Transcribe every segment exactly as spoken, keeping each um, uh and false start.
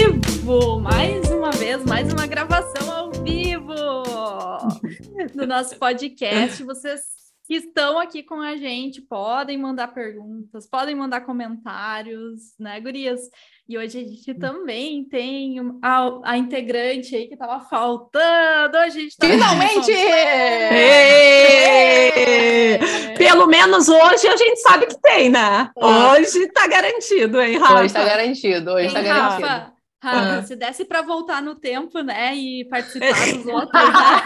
vivo! Mais uma vez, mais uma gravação ao vivo do nosso podcast. Vocês que estão aqui com a gente podem mandar perguntas, podem mandar comentários, né, gurias? E hoje a gente também tem a, a integrante aí que estava faltando. A gente tá Finalmente! É. Pelo menos hoje a gente sabe que tem, né? Hoje tá garantido, hein, Rafa? Hoje tá garantido, hoje Tem, tá garantido. Rafa, Rafa, Ah. se desse para voltar no tempo, né, e participar dos outros, né?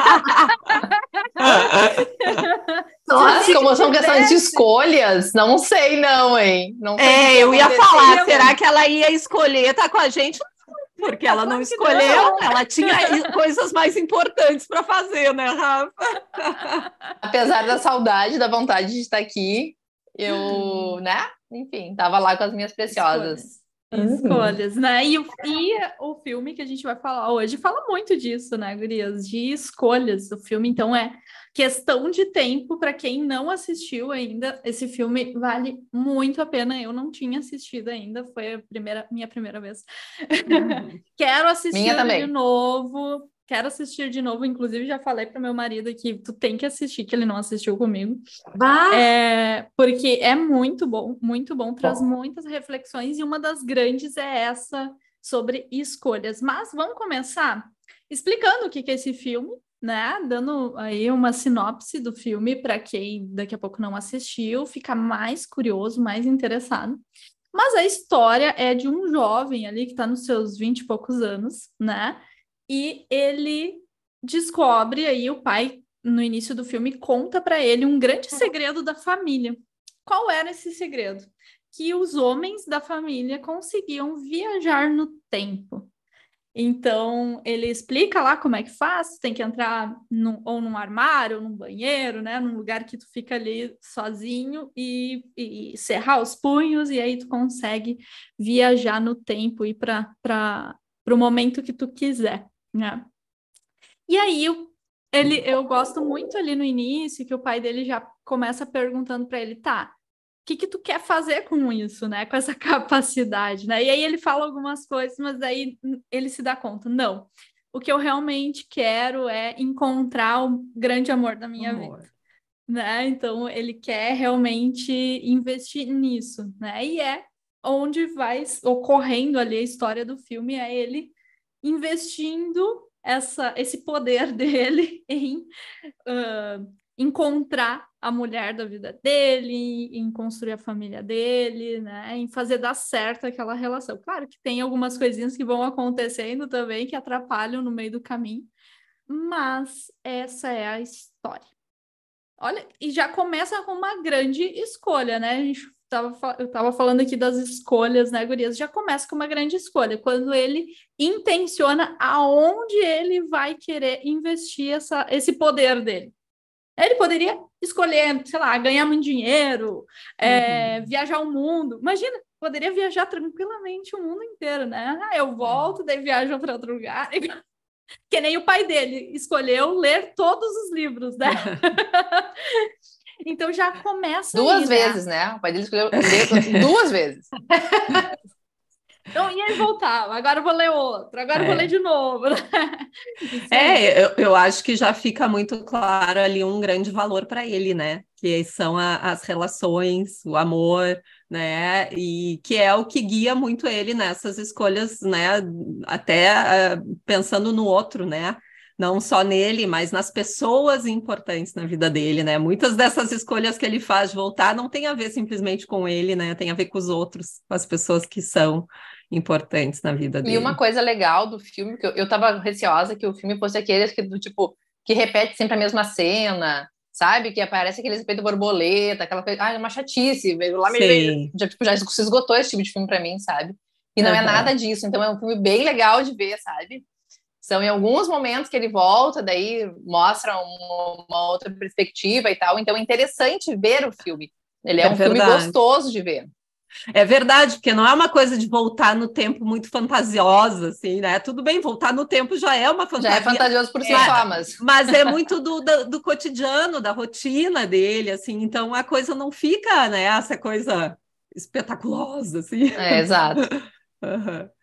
Nossa, como são questões de escolhas, não sei não, hein? Não sei o É, que eu ia aconteceu. falar, será que ela ia escolher estar com a gente? Porque ela não Claro que escolheu, não. ela tinha coisas mais importantes para fazer, né, Rafa? Apesar da saudade, da vontade de estar aqui, eu, né? Enfim, tava lá com as minhas preciosas. Escolhas, né? E o, e o filme que a gente vai falar hoje fala muito disso, né, gurias? De escolhas. O filme, então, é questão de tempo. Para quem não assistiu ainda, esse filme vale muito a pena. Eu não tinha assistido ainda, foi a primeira, minha primeira vez. Uhum. Quero assistir Minha também. de novo. Quero assistir de novo. Inclusive, já falei para meu marido que tu tem que assistir, que ele não assistiu comigo. É, porque é muito bom, muito bom, traz Bom. muitas reflexões e uma das grandes é essa sobre escolhas. Mas vamos começar explicando o que que é esse filme, né? Dando aí uma sinopse do filme para quem daqui a pouco não assistiu, ficar mais curioso, mais interessado. Mas a história é de um jovem ali que está nos seus vinte e poucos anos, né? E ele descobre aí, o pai, no início do filme, conta para ele um grande segredo da família. Qual era esse segredo? Que os homens da família conseguiam viajar no tempo. Então, ele explica lá como é que faz, tem que entrar num, ou num armário, ou num banheiro, né? Num lugar que tu fica ali sozinho e, e cerrar os punhos, e aí tu consegue viajar no tempo e para para o momento que tu quiser, né? E aí, ele, eu gosto muito ali no início, que o pai dele já começa perguntando para ele, tá, o que que tu quer fazer com isso, né? Com essa capacidade, né? E aí ele fala algumas coisas, mas aí ele se dá conta, não, o que eu realmente quero é encontrar o grande amor da minha Amor. vida, né? Então ele quer realmente investir nisso, né? E é onde vai ocorrendo ali a história do filme, é ele investindo essa, esse poder dele em uh, encontrar a mulher da vida dele, em construir a família dele, né? Em fazer dar certo aquela relação. Claro que tem algumas coisinhas que vão acontecendo também que atrapalham no meio do caminho, mas essa é a história. Olha, e já começa com uma grande escolha, né? A gente tava, eu estava falando aqui das escolhas, né, gurias? Já começa com uma grande escolha, quando ele intenciona aonde ele vai querer investir essa, esse poder dele. Ele poderia escolher, sei lá, ganhar muito dinheiro, é, Uhum. viajar o mundo. Imagina, poderia viajar tranquilamente o mundo inteiro, né? Ah, eu volto, daí viajo para outro lugar. Que nem o pai dele escolheu ler todos os livros, né? Então já começa Duas aí, vezes, né? né? O pai dele escolheu ler duas vezes. Então, e aí voltava, agora eu vou ler outro, agora eu vou É. ler de novo. Isso aí. É, eu, eu acho que já fica muito claro ali um grande valor para ele, né? Que são a- as relações, o amor, né? E que é o que guia muito ele nessas escolhas, né? Até ah, pensando no outro, né? Não só nele, mas nas pessoas importantes na vida dele, né? Muitas dessas escolhas que ele faz de voltar não tem a ver simplesmente com ele, né? Tem a ver com os outros, com as pessoas que são importantes na vida dele. E uma coisa legal do filme, que eu, eu tava receosa que o filme fosse aqueles que, do tipo, que repete sempre a mesma cena, sabe? Que aparece aquele efeito borboleta, aquela coisa. Ah, é uma chatice. Veio lá meio, Sim. já, tipo, já se esgotou esse tipo de filme pra mim, sabe? E não é Aham. nada disso. Então é um filme bem legal de ver, sabe? São em alguns momentos que ele volta, daí mostra uma, uma outra perspectiva e tal. Então é interessante ver o filme. Ele é, É um filme verdade. gostoso de ver. É verdade, porque não é uma coisa de voltar no tempo muito fantasiosa, assim, né? Tudo bem, voltar no tempo já é uma Já fantasia, é fantasioso por si É. só, mas... mas é muito do, do, do cotidiano, da rotina dele, assim, então a coisa não fica, né, essa coisa espetaculosa, assim. É, exato. Aham.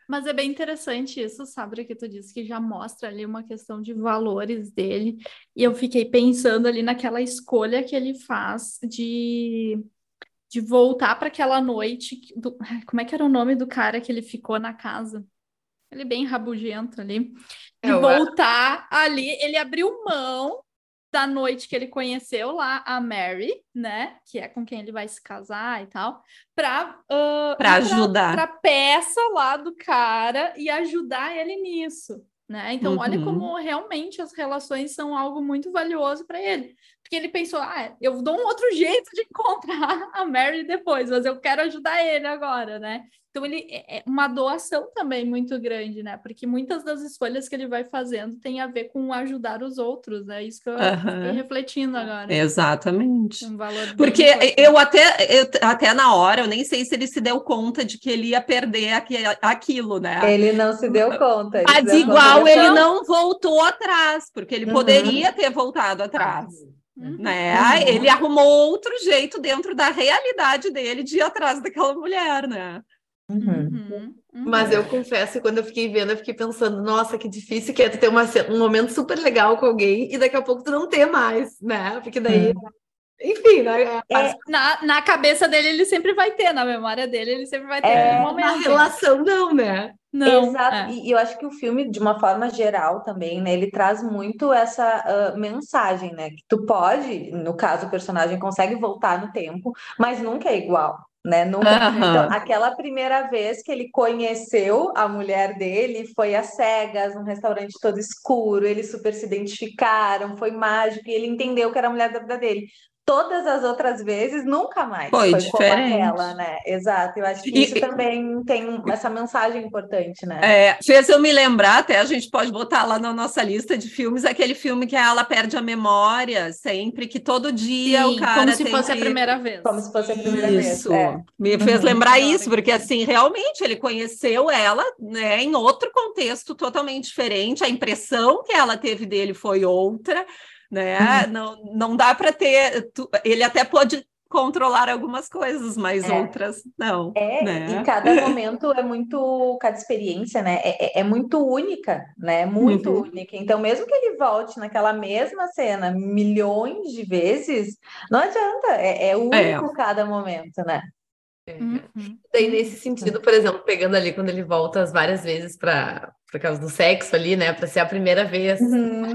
Mas é bem interessante isso, sabe, que tu disse que já mostra ali uma questão de valores dele. E eu fiquei pensando ali naquela escolha que ele faz de, de voltar para aquela noite. que- do- ai, como é que era o nome do cara que ele ficou na casa? Ele bem rabugento ali. De É, eu acho. voltar ali, ele abriu mão da noite que ele conheceu lá a Mary, né? Que é com quem ele vai se casar e tal, para uh, Para ir para ajudar. para peça lá do cara e ajudar ele nisso, né? Então, olha Uhum. como realmente as relações são algo muito valioso para ele. Porque ele pensou, ah, eu dou um outro jeito de encontrar a Mary depois, mas eu quero ajudar ele agora, né? Então, ele é uma doação também muito grande, né? Porque muitas das escolhas que ele vai fazendo tem a ver com ajudar os outros, né? Isso que eu fiquei Aham. refletindo agora. Exatamente. Um valor bem Porque importante. eu até, eu, até na hora, eu nem sei se ele se deu conta de que ele ia perder aqui, aquilo, né? Ele não se deu conta. Ele se Mas deu conta igual ele depois. não voltou atrás, porque ele Uhum. poderia ter voltado atrás. Uhum. Né? Uhum. Ele arrumou outro jeito dentro da realidade dele de ir atrás daquela mulher, né? Uhum. Uhum. Uhum. Mas eu confesso que quando eu fiquei vendo, eu fiquei pensando, nossa, que difícil que é tu ter uma, ce- um momento super legal com alguém e daqui a pouco tu não ter mais, né? Porque daí, Hum. enfim, né? É, Na, na cabeça dele, ele sempre vai ter, na memória dele, ele sempre vai ter É, aquele Na momento. relação, não, né? Não, exato. é. E e eu acho que o filme, de uma forma geral também, né, ele traz muito essa ah, mensagem, né? Que tu pode, no caso, o personagem consegue voltar no tempo, mas nunca é igual, né? Nunca. Então, Aham. aquela primeira vez que ele conheceu a mulher dele foi às cegas, num restaurante todo escuro, eles super se identificaram, foi mágico, e ele entendeu que era a mulher da vida dele. Todas as outras vezes, nunca mais Foi foi como diferente. aquela, né? Exato. Eu acho que E- isso também tem um- essa mensagem importante, né? É, fez eu me lembrar, até a gente pode botar lá na nossa lista de filmes, aquele filme que ela perde a memória sempre, que todo dia o Sim, cara como se tem fosse a que... primeira vez. Como se fosse a primeira vez. Isso, É. me fez Uhum. lembrar Adoro isso, porque isso. assim, realmente ele conheceu ela, né, em outro contexto totalmente diferente, a impressão que ela teve dele foi outra, né, Uhum. não, não dá para ter, tu- ele até pode controlar algumas coisas, mas É. outras não, É, e né? cada momento é muito, cada experiência, né, é, é é muito única, né, muito Uhum. única. Então, mesmo que ele volte naquela mesma cena milhões de vezes, não adianta, é, é É, único cada momento, né? Uhum. Daí, nesse sentido, por exemplo, pegando ali quando ele volta as várias vezes para por causa do sexo ali, né? Para ser a primeira vez. Uhum.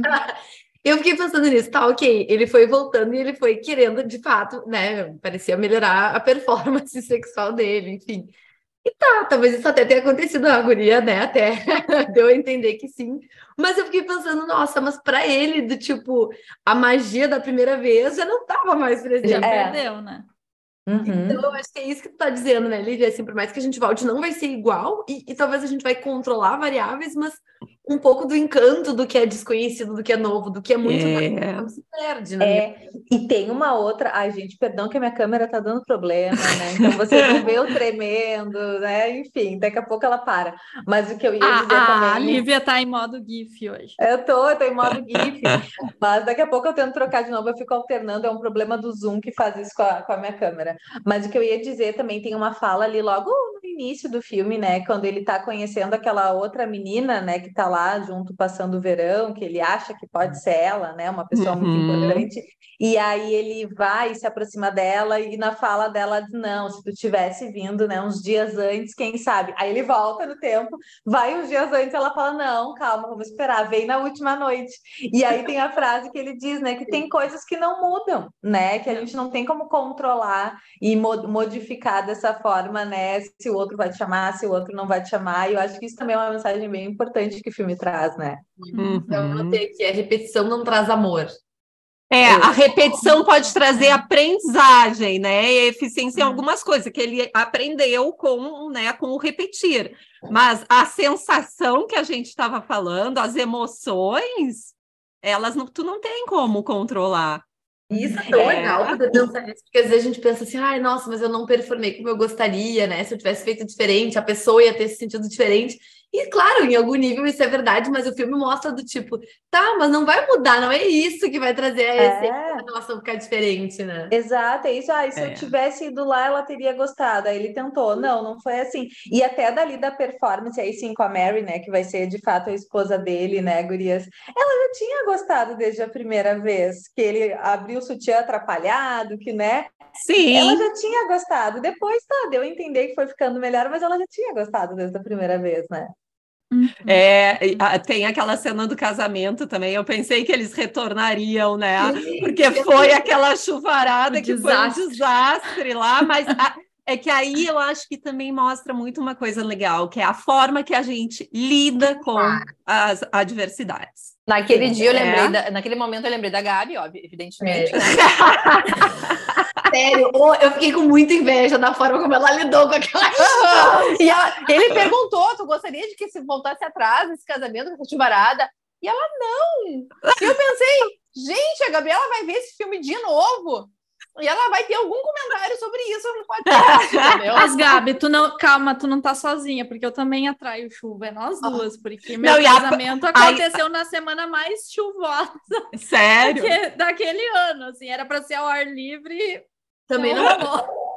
Eu fiquei pensando nisso, tá, ok. Ele foi voltando e ele foi querendo, de fato, né? Parecia melhorar a performance sexual dele, enfim. E tá, talvez isso até tenha acontecido na guria, né? Até deu a entender que sim. Mas eu fiquei pensando, nossa, mas pra ele, do tipo, a magia da primeira vez já não tava mais Já presente. É. perdeu, né? Uhum. Eu acho que é isso que tu tá dizendo, né, Lívia? Assim, por mais que a gente volte, não vai ser igual, e, e talvez a gente vai controlar variáveis, mas um pouco do encanto do que é desconhecido, do que é novo, do que é muito é. não se perde, na minha É, e tem uma outra. Ai, gente, perdão que a minha câmera tá dando problema, né? Então vocês vão ver eu tremendo, né? Enfim, daqui a pouco ela para. Mas o que eu ia dizer A, a também. Lívia tá em modo GIF hoje. Eu tô, eu tô em modo GIF, mas daqui a pouco eu tento trocar de novo, eu fico alternando, é um problema do Zoom que faz isso com a, com a minha câmera. Mas o que eu ia dizer também, tem uma fala ali logo no início do filme, né, quando ele tá conhecendo aquela outra menina, né, que tá lá junto passando o verão, que ele acha que pode ser ela, né, uma pessoa muito Uhum. importante, e aí ele vai e se aproxima dela, e na fala dela diz, não, se tu tivesse vindo, né, uns dias antes, quem sabe? Aí ele volta no tempo, vai uns dias antes, ela fala, não, calma, vamos esperar, vem na última noite. E aí tem a frase que ele diz, né, que tem coisas que não mudam, né, que a gente não tem como controlar e mo- modificar dessa forma, né, se o outro vai te chamar, se o outro não vai te chamar, e eu acho que isso também é uma mensagem bem importante que o filme traz, né? Então, eu Uhum. notei que a repetição não traz amor. É, a repetição pode Isso, trazer é. aprendizagem, né? E eficiência em Uhum. algumas coisas que ele aprendeu com, né, com o repetir. Mas a sensação que a gente estava falando, as emoções, elas não, tu não tem como controlar. E isso é tão É. legal poder pensar nisso, porque às vezes a gente pensa assim, ai, nossa, mas eu não performei como eu gostaria, né? Se eu tivesse feito diferente, a pessoa ia ter se sentido diferente. E claro, em algum nível isso é verdade, mas o filme mostra do tipo, tá, mas não vai mudar, não é isso que vai trazer a essência É. da relação ficar diferente, né? Exato, é isso. Ah, e se É. eu tivesse ido lá, ela teria gostado. Aí ele tentou. Não, não foi assim. E até dali da performance, aí sim, com a Mary, né, que vai ser de fato a esposa dele, né, gurias? Ela já tinha gostado desde a primeira vez, que ele abriu o sutiã atrapalhado, que, né? Ela Sim, já tinha gostado. Depois, tá, deu a entender que foi ficando melhor, mas ela já tinha gostado desde a primeira vez, né? Uhum. é, e, ah, tem aquela cena do casamento também. Eu pensei que eles retornariam, né? Porque foi aquela chuvarada O que foi um desastre. desastre lá, mas a- é que aí eu acho que também mostra muito uma coisa legal, que é a forma que a gente lida com as adversidades. Naquele dia eu É. lembrei, da- naquele momento eu lembrei da Gabi, óbvio, evidentemente, É. né? Sério, ô, eu fiquei com muita inveja da forma como ela lidou com aquela. E ela- ele perguntou, tu gostaria de que se voltasse atrás esse casamento com essa chuvarada? E ela, não! E eu pensei, gente, a Gabriela vai ver esse filme de novo e ela vai ter algum comentário sobre isso no podcast, entendeu? Mas, Gabi, tu não, calma, tu não tá sozinha, porque eu também atraio chuva, é nós duas, porque meu Não, e a- casamento aí- aconteceu na semana mais chuvosa Sério? que- daquele ano, assim, era para ser ao ar livre, Também não não rolou. rolou.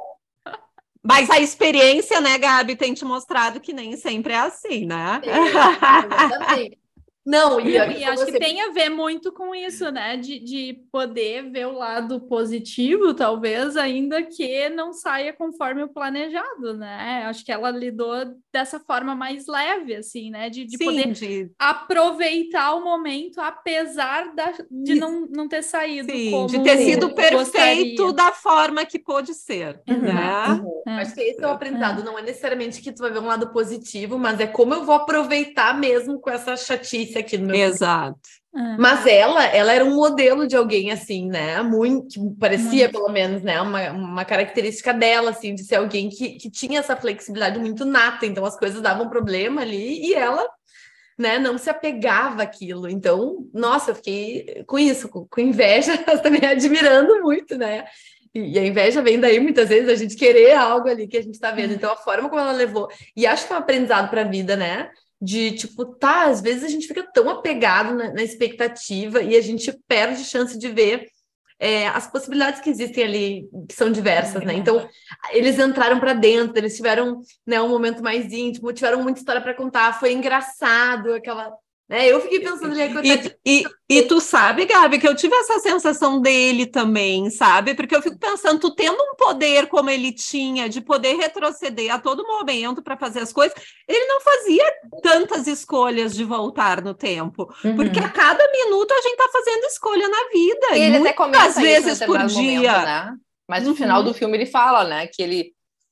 Mas a experiência, né, Gabi, tem te mostrado que nem sempre é assim, né? Exatamente. Não, e, E acho que tem a ver muito com isso, né? De, de poder ver o lado positivo, talvez, ainda que não saia conforme o planejado, né? Acho que ela lidou dessa forma mais leve, assim, né? De, de Sim, poder de, aproveitar o momento, apesar da, de não, não ter saído sim, como de ter sido perfeito gostaria. da forma que pôde ser, né? É. Acho que esse é o aprendizado. Não é necessariamente que tu vai ver um lado positivo, mas é como eu vou aproveitar mesmo com essa chatice aqui no meu. Exato. É. Mas ela, ela era um modelo de alguém assim, né? Muito, que parecia, Muito. pelo menos, né? Uma, uma característica dela, assim, de ser alguém que, que tinha essa flexibilidade muito nata. Então, as coisas davam problema ali e ela, né, não se apegava àquilo. Então, nossa, eu fiquei com isso, com, com inveja, também admirando muito, né? E, e a inveja vem daí, muitas vezes, a gente querer algo ali que a gente tá vendo. Então, a forma como ela levou. E acho que é um aprendizado para a vida, né? De tipo, tá, às vezes a gente fica tão apegado na, na expectativa e a gente perde chance de ver é, as possibilidades que existem ali, que são diversas, né? Então, eles entraram para dentro, eles tiveram, né, um momento mais íntimo, tiveram muita história para contar, foi engraçado, aquela. Né? Eu fiquei pensando ali, E, e, e tu sabe, Gabi, que eu tive essa sensação dele também, sabe? Porque eu fico pensando, tu tendo um poder como ele tinha, de poder retroceder a todo momento para fazer as coisas, ele não fazia tantas escolhas de voltar no tempo. Uhum. Porque a cada minuto a gente tá fazendo escolha na vida. E E ele até muitas comenta vezes isso em por determinado dia. momento, né? Mas no Uhum. final do filme ele fala, né, que ele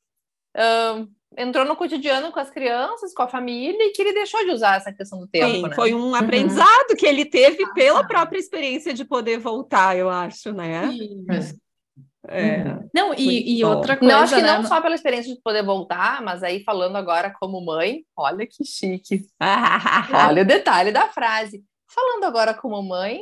ahn, entrou no cotidiano com as crianças, com a família, e que ele deixou de usar essa questão do tempo, Sim, né? foi um aprendizado que ele teve pela própria experiência de poder voltar, eu acho, né? É. Não, e, e Muito outra bom. coisa, Não, acho que né? não só pela experiência de poder voltar, mas aí falando agora como mãe, olha que chique. Olha o detalhe da frase. Falando agora como mãe,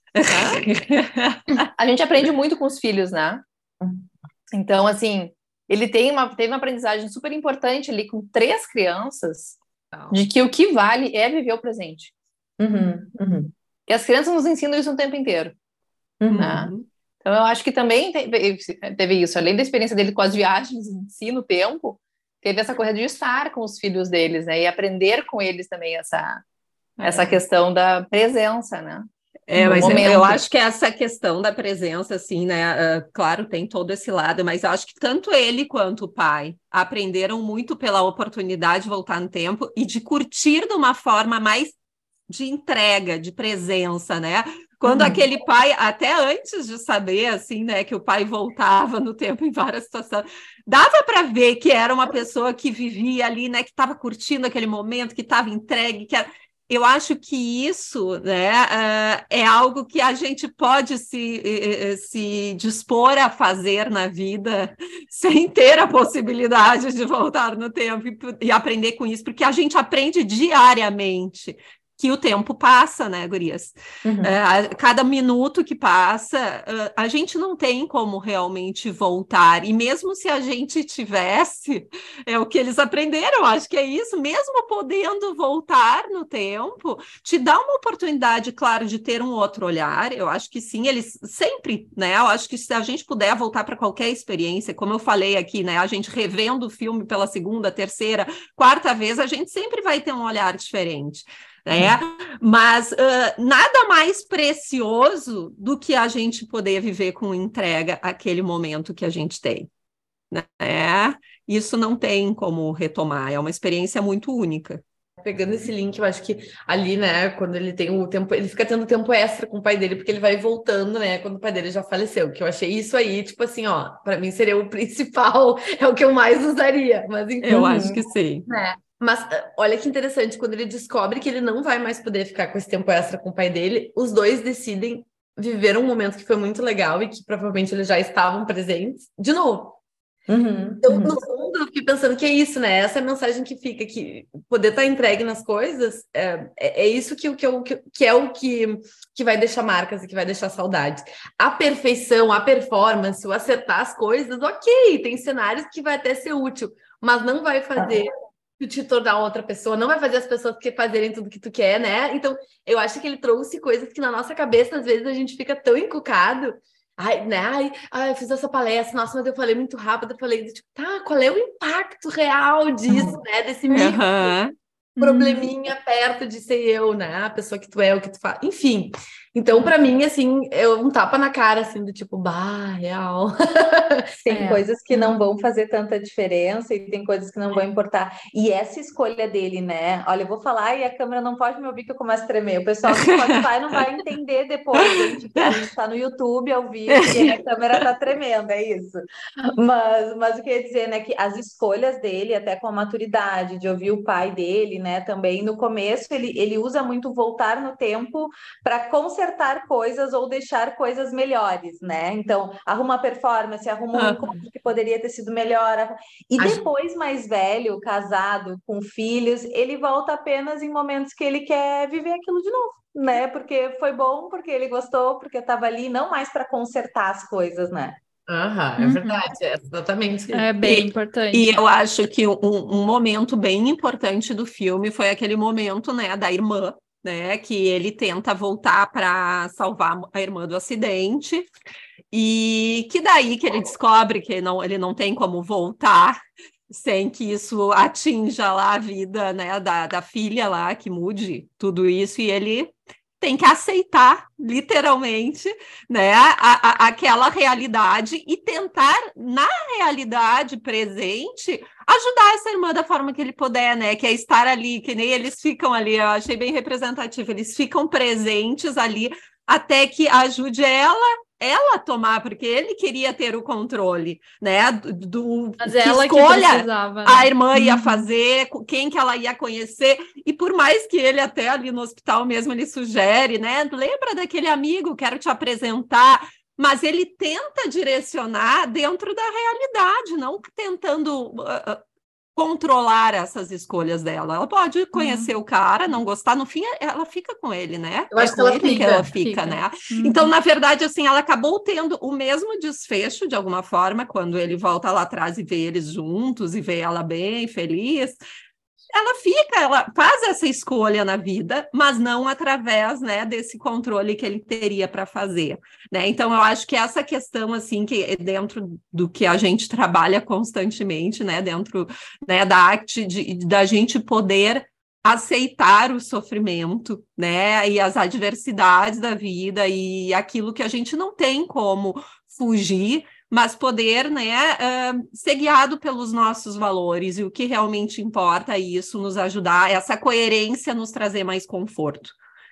a gente aprende muito com os filhos, né? Então, assim, ele tem uma, teve uma aprendizagem super importante ali com três crianças, de que o que vale é viver o presente. Uhum, uhum, E as crianças nos ensinam isso o tempo inteiro, uhum. né? Então, eu acho que também teve, teve isso, além da experiência dele com as viagens em si no tempo, teve essa coisa de estar com os filhos deles, né? E aprender com eles também essa, É. essa questão da presença, né? É, No mas eu, momento. eu acho que essa questão da presença, assim, né? Uh, claro, tem todo esse lado, mas eu acho que tanto ele quanto o pai aprenderam muito pela oportunidade de voltar no tempo e de curtir de uma forma mais de entrega, de presença, né? Quando Uhum. aquele pai, até antes de saber, assim, né, que o pai voltava no tempo em várias situações, dava para ver que era uma pessoa que vivia ali, né, que estava curtindo aquele momento, que estava entregue, que era... Eu acho que isso, né, uh, é algo que a gente pode se, uh, se dispor a fazer na vida sem ter a possibilidade de voltar no tempo e, e aprender com isso, porque a gente aprende diariamente que o tempo passa, né, gurias? Uhum. É, a cada minuto que passa, a gente não tem como realmente voltar. E mesmo se a gente tivesse, é o que eles aprenderam, acho que é isso, mesmo podendo voltar no tempo, te dá uma oportunidade, claro, de ter um outro olhar. Eu acho que sim, eles sempre, né? Eu acho que se a gente puder voltar para qualquer experiência, como eu falei aqui, né? A gente revendo o filme pela segunda, terceira, quarta vez, a gente sempre vai ter um olhar diferente. É, mas uh, nada mais precioso do que a gente poder viver com entrega aquele momento que a gente tem, né? Isso não tem como retomar, é uma experiência muito única. Pegando esse link, eu acho que ali, né, quando ele tem o tempo, ele fica tendo tempo extra com o pai dele, porque ele vai voltando, né, quando o pai dele já faleceu, que eu achei isso aí, tipo assim, ó, pra mim seria o principal, é o que eu mais usaria, mas enfim. Eu acho que sim. É. Mas olha que interessante, quando ele descobre que ele não vai mais poder ficar com esse tempo extra com o pai dele, os dois decidem viver um momento que foi muito legal e que provavelmente eles já estavam presentes, de novo. Uhum, Então, uhum. no fundo, eu fiquei pensando que é isso, né? Essa é a mensagem que fica, que poder estar entregue nas coisas, é, é, é isso que, que, eu, que, que é o que, que vai deixar marcas e que vai deixar saudades. A perfeição, a performance, o acertar as coisas, ok, tem cenários que vai até ser útil, mas não vai fazer tu te tornar outra pessoa, não vai fazer as pessoas que fazerem tudo que tu quer, né? Então, eu acho que ele trouxe coisas que na nossa cabeça, às vezes, a gente fica tão encucado. Ai, né? Ai, ai, eu fiz essa palestra, nossa, mas eu falei muito rápido, eu falei, tipo, tá, qual é o impacto real disso, né? Desse micro Uhum. probleminha perto de ser eu, né? A pessoa que tu é, o que tu faz, enfim. Então, pra mim, assim, é um tapa na cara, assim, do tipo, bah, real. Tem É. coisas que não vão fazer tanta diferença e tem coisas que não vão importar. E essa escolha dele, né? Olha, eu vou falar e a câmera não pode me ouvir que eu começo a tremer. O pessoal do Spotify não vai entender depois, gente, que a gente tá no YouTube ao vivo e a minha câmera tá tremendo, é isso. Mas, mas o que eu ia dizer, né, que as escolhas dele, até com a maturidade, de ouvir o pai dele, né, também no começo ele, ele usa muito voltar no tempo para consertar coisas ou deixar coisas melhores, né? Então, arruma a performance, arruma um encontro que poderia ter sido melhor. E depois, mais velho, casado, com filhos, ele volta apenas em momentos que ele quer viver aquilo de novo, né? Porque foi bom, porque ele gostou, porque estava ali, não mais para consertar as coisas, né? Aham, é Uhum. verdade, é exatamente isso. É bem E- importante. E eu acho que um, um momento bem importante do filme foi aquele momento, né, da irmã, né, que ele tenta voltar para salvar a irmã do acidente, e que daí que ele descobre que não, ele não tem como voltar sem que isso atinja lá a vida, né, da, da filha lá, que mude tudo isso, e ele tem que aceitar, literalmente, né, a, a, aquela realidade e tentar, na realidade presente, ajudar essa irmã da forma que ele puder, né, que é estar ali, que nem eles ficam ali, eu achei bem representativo, eles ficam presentes ali até que ajude ela ela tomar, porque ele queria ter o controle, né, do, do Mas que ela que escolha precisava, né? a irmã ia Uhum. fazer, quem que ela ia conhecer, e por mais que ele até ali no hospital mesmo, ele sugere, né, lembra daquele amigo, quero te apresentar, mas ele tenta direcionar dentro da realidade, não tentando uh, controlar essas escolhas dela. Ela pode conhecer Uhum. o cara, não gostar, no fim ela fica com ele, né? Eu acho é que com ela ele que fica, ela fica, fica. né? Uhum. Então, na verdade, assim, ela acabou tendo o mesmo desfecho, de alguma forma, quando ele volta lá atrás e vê eles juntos e vê ela bem, feliz. Ela fica, ela faz essa escolha na vida, mas não através, né, desse controle que ele teria para fazer, né? Então, eu acho que essa questão, assim, que é dentro do que a gente trabalha constantemente, né, dentro, né, da arte de, da gente poder aceitar o sofrimento, né, e as adversidades da vida e aquilo que a gente não tem como fugir, mas poder, né, uh, ser guiado pelos nossos valores e o que realmente importa, e isso nos ajudar, essa coerência nos trazer mais conforto,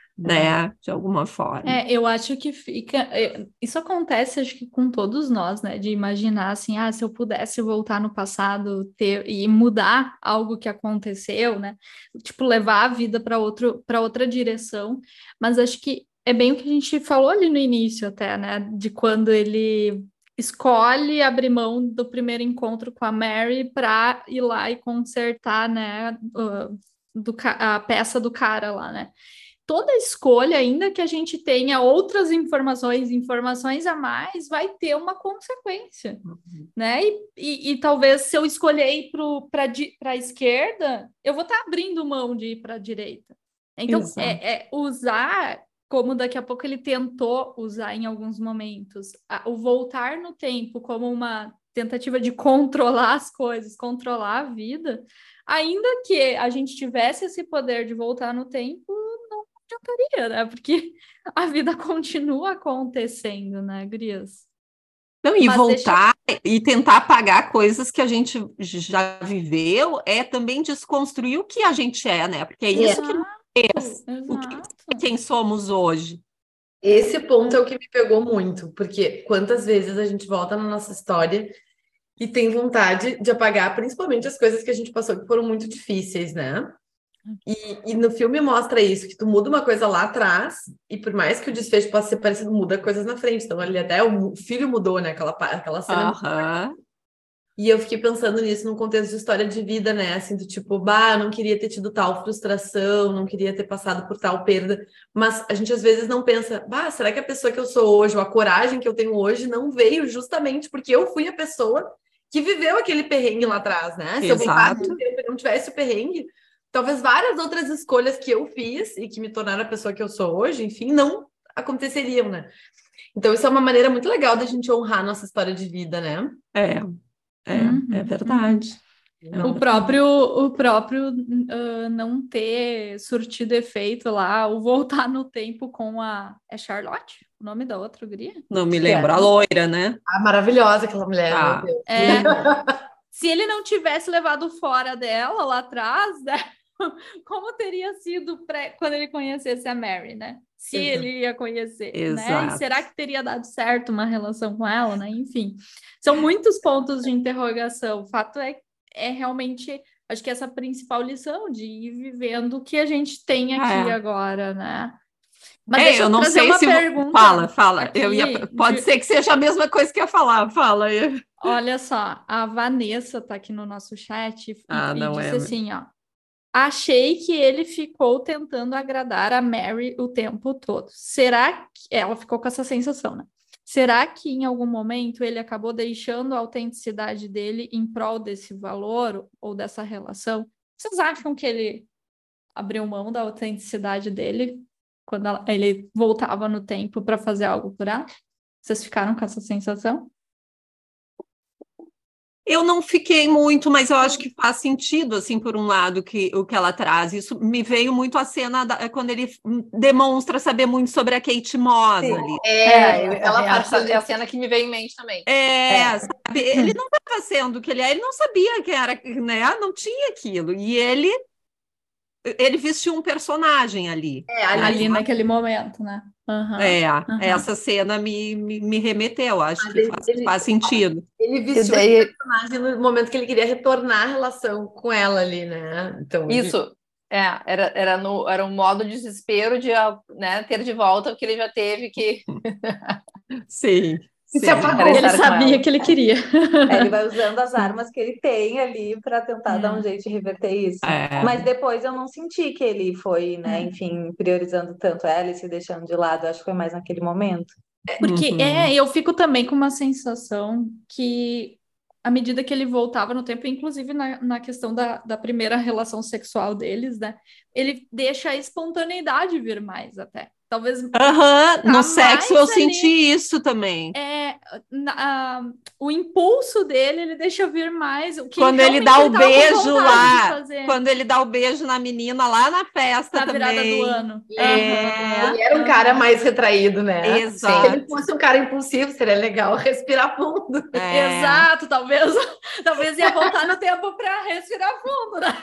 né, de alguma forma. É, eu acho que fica. é, Isso acontece, acho que com todos nós, né? De imaginar assim, ah, se eu pudesse voltar no passado ter, e mudar algo que aconteceu, né? Tipo, levar a vida para outro, para outra direção. Mas acho que é bem o que a gente falou ali no início, até, né? De quando ele escolhe abrir mão do primeiro encontro com a Mary para ir lá e consertar, né? uh, do, a peça do cara lá, né? Toda escolha, ainda que a gente tenha outras informações, informações a mais, vai ter uma consequência, uhum. né? E, e, e talvez se eu escolher ir para a esquerda, eu vou estar tá abrindo mão de ir para a direita. Então, é, é usar, como daqui a pouco ele tentou usar em alguns momentos, a, o voltar no tempo como uma tentativa de controlar as coisas, controlar a vida, ainda que a gente tivesse esse poder de voltar no tempo, adiantaria, né? Porque a vida continua acontecendo, né, gurias? Não, e Mas voltar deixa... e tentar apagar coisas que a gente já viveu é também desconstruir o que a gente é, né? Porque é isso exato, que nos fez o que, quem somos hoje. Esse ponto é o que me pegou muito, porque quantas vezes a gente volta na nossa história e tem vontade de apagar, principalmente as coisas que a gente passou que foram muito difíceis, né? E, e no filme mostra isso, que tu muda uma coisa lá atrás, e por mais que o desfecho possa ser parecido, muda coisas na frente. Então, ali até o filho mudou, né? Aquela, aquela cena. Uh-huh. E eu fiquei pensando nisso num contexto de história de vida, né? Assim, do tipo, bah, não queria ter tido tal frustração, não queria ter passado por tal perda. Mas a gente às vezes não pensa, bah, será que a pessoa que eu sou hoje, ou a coragem que eu tenho hoje, não veio justamente porque eu fui a pessoa que viveu aquele perrengue lá atrás, né? Se Exato. eu voltasse no tempo e não tivesse o perrengue, talvez várias outras escolhas que eu fiz e que me tornaram a pessoa que eu sou hoje, enfim, não aconteceriam, né? Então, isso é uma maneira muito legal da gente honrar a nossa história de vida, né? É, é, uhum, é verdade. Uhum. É o, próprio, o próprio uh, não ter surtido efeito lá, o voltar no tempo com a... É Charlotte? O nome da outra guria? Não me lembro, a loira, né? Ah, maravilhosa aquela mulher, ah. meu Deus. É... Se ele não tivesse levado fora dela lá atrás, né? Como teria sido pré... quando ele conhecesse a Mary, né? Se Exato. Ele ia conhecer, Exato. né? E será que teria dado certo uma relação com ela, né? Enfim, são muitos pontos de interrogação. O fato é, é realmente, acho que essa principal lição de ir vivendo o que a gente tem aqui é. agora, né? Mas é, deixa eu, eu não trazer sei uma se pergunta. Fala, fala. Eu ia... Pode de... ser que seja a mesma coisa que eu ia falar. Fala. Olha só, a Vanessa tá aqui no nosso chat e, ah, e não disse é. assim, ó. Achei que ele ficou tentando agradar a Mary o tempo todo. Será que... Ela ficou com essa sensação, né? Será que em algum momento ele acabou deixando a autenticidade dele em prol desse valor ou dessa relação? Vocês acham que ele abriu mão da autenticidade dele quando ela... ele voltava no tempo para fazer algo por ela? Vocês ficaram com essa sensação? Eu não fiquei muito, mas eu acho que faz sentido, assim, por um lado, que, o que ela traz. Isso me veio muito a cena da, quando ele demonstra saber muito sobre a Kate Moss Sim. ali. É, é, ela é, é a cena que me veio em mente também. É, é. Sabe? Ele não estava sendo o que ele é, ele não sabia que era, né? Não tinha aquilo. E ele, ele vestiu um personagem ali. É, ali, ali naquele momento, né? Uhum, é, uhum. Essa cena me, me, me remeteu, acho Mas que faz, ele, faz sentido. Ele vestiu daí... o personagem no momento que ele queria retornar a relação com ela ali, né? Então, Isso, ele... é, era, era, no, era um modo de desespero de, né, ter de volta o que ele já teve que... Sim. Sim. Se apagou. Ele sabia que ele queria. É, ele vai usando as armas que ele tem ali para tentar é. dar um jeito de reverter isso. É. Mas depois eu não senti que ele foi, né, enfim, priorizando tanto ela e se deixando de lado. Acho que foi mais naquele momento. Porque uhum. é, eu fico também com uma sensação que, à medida que ele voltava no tempo, inclusive na, na questão da, da primeira relação sexual deles, né, ele deixa a espontaneidade vir mais até. Talvez uhum, tá no sexo eu ali, senti isso também. É, na, uh, o impulso dele, ele deixa vir mais. O que quando ele, ele dá o ele beijo lá, quando ele dá o beijo na menina lá na festa na também. Na virada do ano. É, uhum. Ele era um cara mais retraído, né? Exato. Se ele fosse um cara impulsivo, seria legal respirar fundo. É. Exato, talvez, talvez ia voltar no tempo para respirar fundo, né?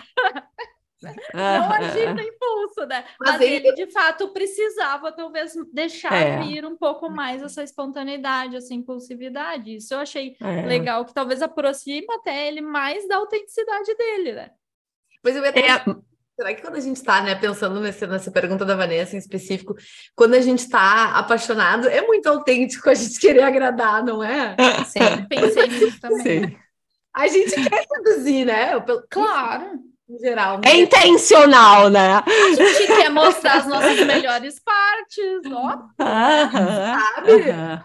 Não agir no impulso, né? Mas, Mas ele, ele, de fato, precisava, talvez, deixar é. vir um pouco mais essa espontaneidade, essa impulsividade. Isso eu achei é. legal, que talvez aproxime até ele mais da autenticidade dele, né? Pois eu ia até... É. Será que quando a gente está, né, pensando nesse, nessa pergunta da Vanessa em específico, quando a gente está apaixonado, é muito autêntico a gente querer agradar, não é? Sim, pensei nisso também. Sim. A gente quer seduzir, né? Claro. Em geral. É intencional, né? A gente quer mostrar as nossas melhores partes, ó. Aham, Sabe? aham,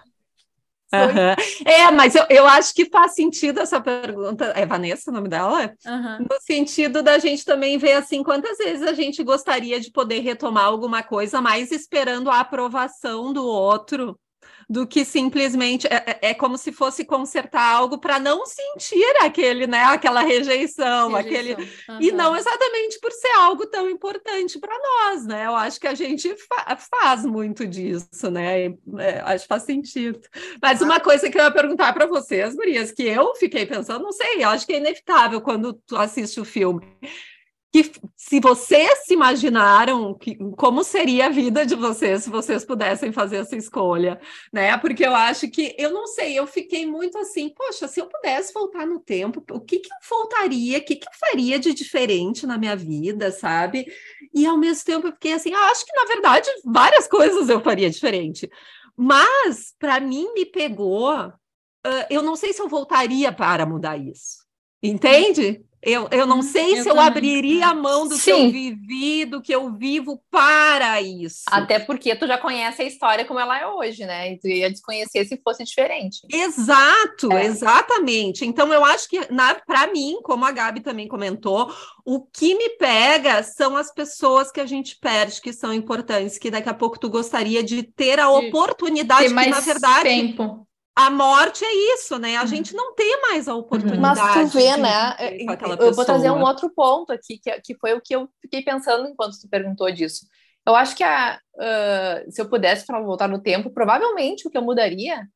aham. É, mas eu, eu acho que faz sentido essa pergunta. É Vanessa o nome dela? Aham. No sentido da gente também ver assim, quantas vezes a gente gostaria de poder retomar alguma coisa, mais esperando a aprovação do outro, do que simplesmente é, é é como se fosse consertar algo para não sentir aquele, né, aquela rejeição, aquele Rejeição. e Aham. não exatamente por ser algo tão importante para nós, né? Eu acho que a gente fa- faz muito disso, né? E, é, acho que faz sentido. Mas uma coisa que eu ia perguntar para vocês, gurias, que eu fiquei pensando, não sei, eu acho que é inevitável quando tu assiste o filme. Que se vocês se imaginaram que, como seria a vida de vocês se vocês pudessem fazer essa escolha, né? Porque eu acho que, eu não sei, eu fiquei muito assim, poxa, se eu pudesse voltar no tempo, o que que eu voltaria, o que que eu faria de diferente na minha vida, sabe? E ao mesmo tempo eu fiquei assim, ah, acho que na verdade várias coisas eu faria diferente. Mas, para mim, me pegou, ah, eu não sei se eu voltaria para mudar isso. Entende? Eu, eu não Hum, sei eu se eu também. abriria a mão do que eu Sim. vivi, do que eu vivo para isso. Até porque tu já conhece a história como ela é hoje, né? E tu ia desconhecer se fosse diferente. Exato, É. exatamente. Então, eu acho que, para mim, como a Gabi também comentou, o que me pega são as pessoas que a gente perde, que são importantes, que daqui a pouco tu gostaria de ter a De oportunidade, Ter que, mais na verdade, tempo. a morte é isso, né? A Uhum. gente não tem mais a oportunidade Mas tu vê, de né? viver com aquela Eu vou trazer um pessoa. outro ponto aqui, que, que foi o que eu fiquei pensando enquanto tu perguntou disso. Eu acho que a, uh, se eu pudesse voltar no tempo, provavelmente o que eu mudaria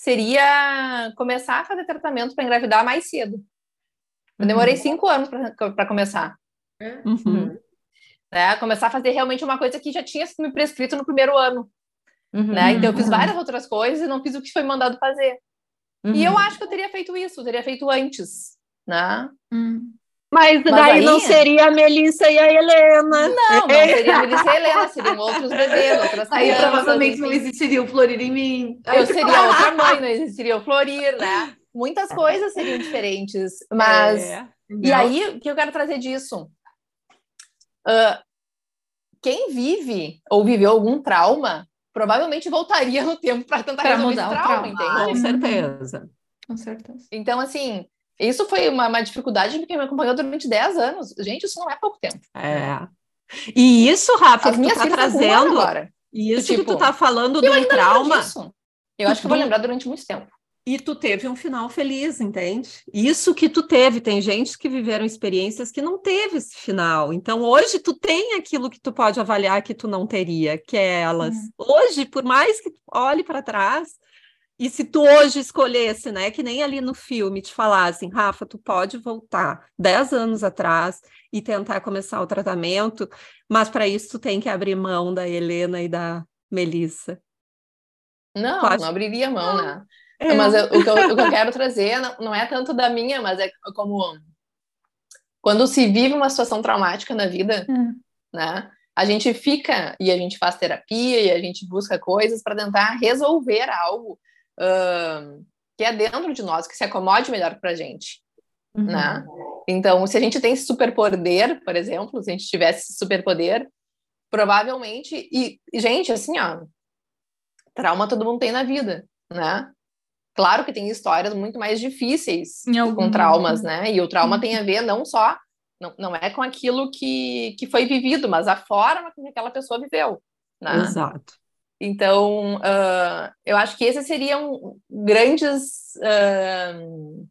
seria começar a fazer tratamento para engravidar mais cedo. Eu demorei Uhum. cinco anos para começar. Uhum. Né? Começar a fazer realmente uma coisa que já tinha sido me prescrito no primeiro ano. Uhum. Né? Então eu fiz Uhum. várias outras coisas e não fiz o que foi mandado fazer. E eu Uhum. acho que eu teria feito isso, eu teria feito antes, né? Hum. Mas Mas daí aí- não seria a Melissa e a Helena. Não, não seria a Melissa e a Helena, seriam outros bebês, outras Aí crianças. provavelmente não enfim. existiria o Florir em mim. Aí Eu seria outra mãe, não existiria o Florir, né? Muitas coisas seriam diferentes, mas... É. E aí, o que eu quero trazer disso? Uh, quem vive ou viveu algum trauma, provavelmente voltaria no tempo para tentar Pra resolver mudar esse o trauma, trauma. entende? Com certeza. Com certeza. Então, assim, isso foi uma, uma dificuldade que me acompanhou durante dez anos. Gente, isso não é pouco tempo. É. E isso, Rafa, As que tu minhas tá filhas estão com um ano trazendo, agora. e isso tipo, que tu tá falando Eu de um ainda trauma, lembro disso. Eu acho que eu vou do- lembrar durante muito tempo. e tu teve um final feliz, entende? Isso que tu teve, tem gente que viveram experiências que não teve esse final. Então, hoje tu tem aquilo que tu pode avaliar que tu não teria, que é elas. Hum. Hoje, por mais que tu olhe para trás, e se tu hoje escolhesse, né, que nem ali no filme te falassem, Rafa, tu pode voltar dez anos atrás e tentar começar o tratamento, mas para isso tu tem que abrir mão da Helena e da Melissa. Não, Tu acha- não abriria a mão, né? É. Mas eu- o, que eu, o que eu quero trazer não, não é tanto da minha, mas é como quando se vive uma situação traumática na vida, Hum. né? A gente fica e a gente faz terapia e a gente busca coisas para tentar resolver algo ahn, que é dentro de nós, que se acomode melhor para a gente, Uhum. né? Então, se a gente tem esse superpoder, por exemplo, se a gente tivesse esse superpoder, provavelmente... E, gente, assim, ó, trauma todo mundo tem na vida, né? Claro que tem histórias muito mais difíceis Em algum- com traumas, né? E o trauma Uhum. tem a ver não só... Não, não é com aquilo que, que foi vivido, mas a forma que aquela pessoa viveu, né? Exato. Então, uh, eu acho que esses seriam grandes... Uh,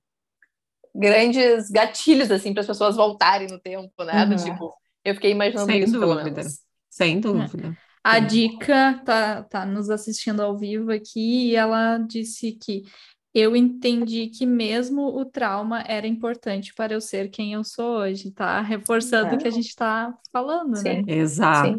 grandes gatilhos, assim, para as pessoas voltarem no tempo, né? Uhum. Do tipo, eu fiquei imaginando Sem isso, pelo dúvida. menos. Sem dúvida. A Sim. Dica tá, tá nos assistindo ao vivo aqui e ela disse que eu entendi que mesmo o trauma era importante para eu ser quem eu sou hoje, tá? Reforçando É. o que a gente está falando, né? Sim. Exato.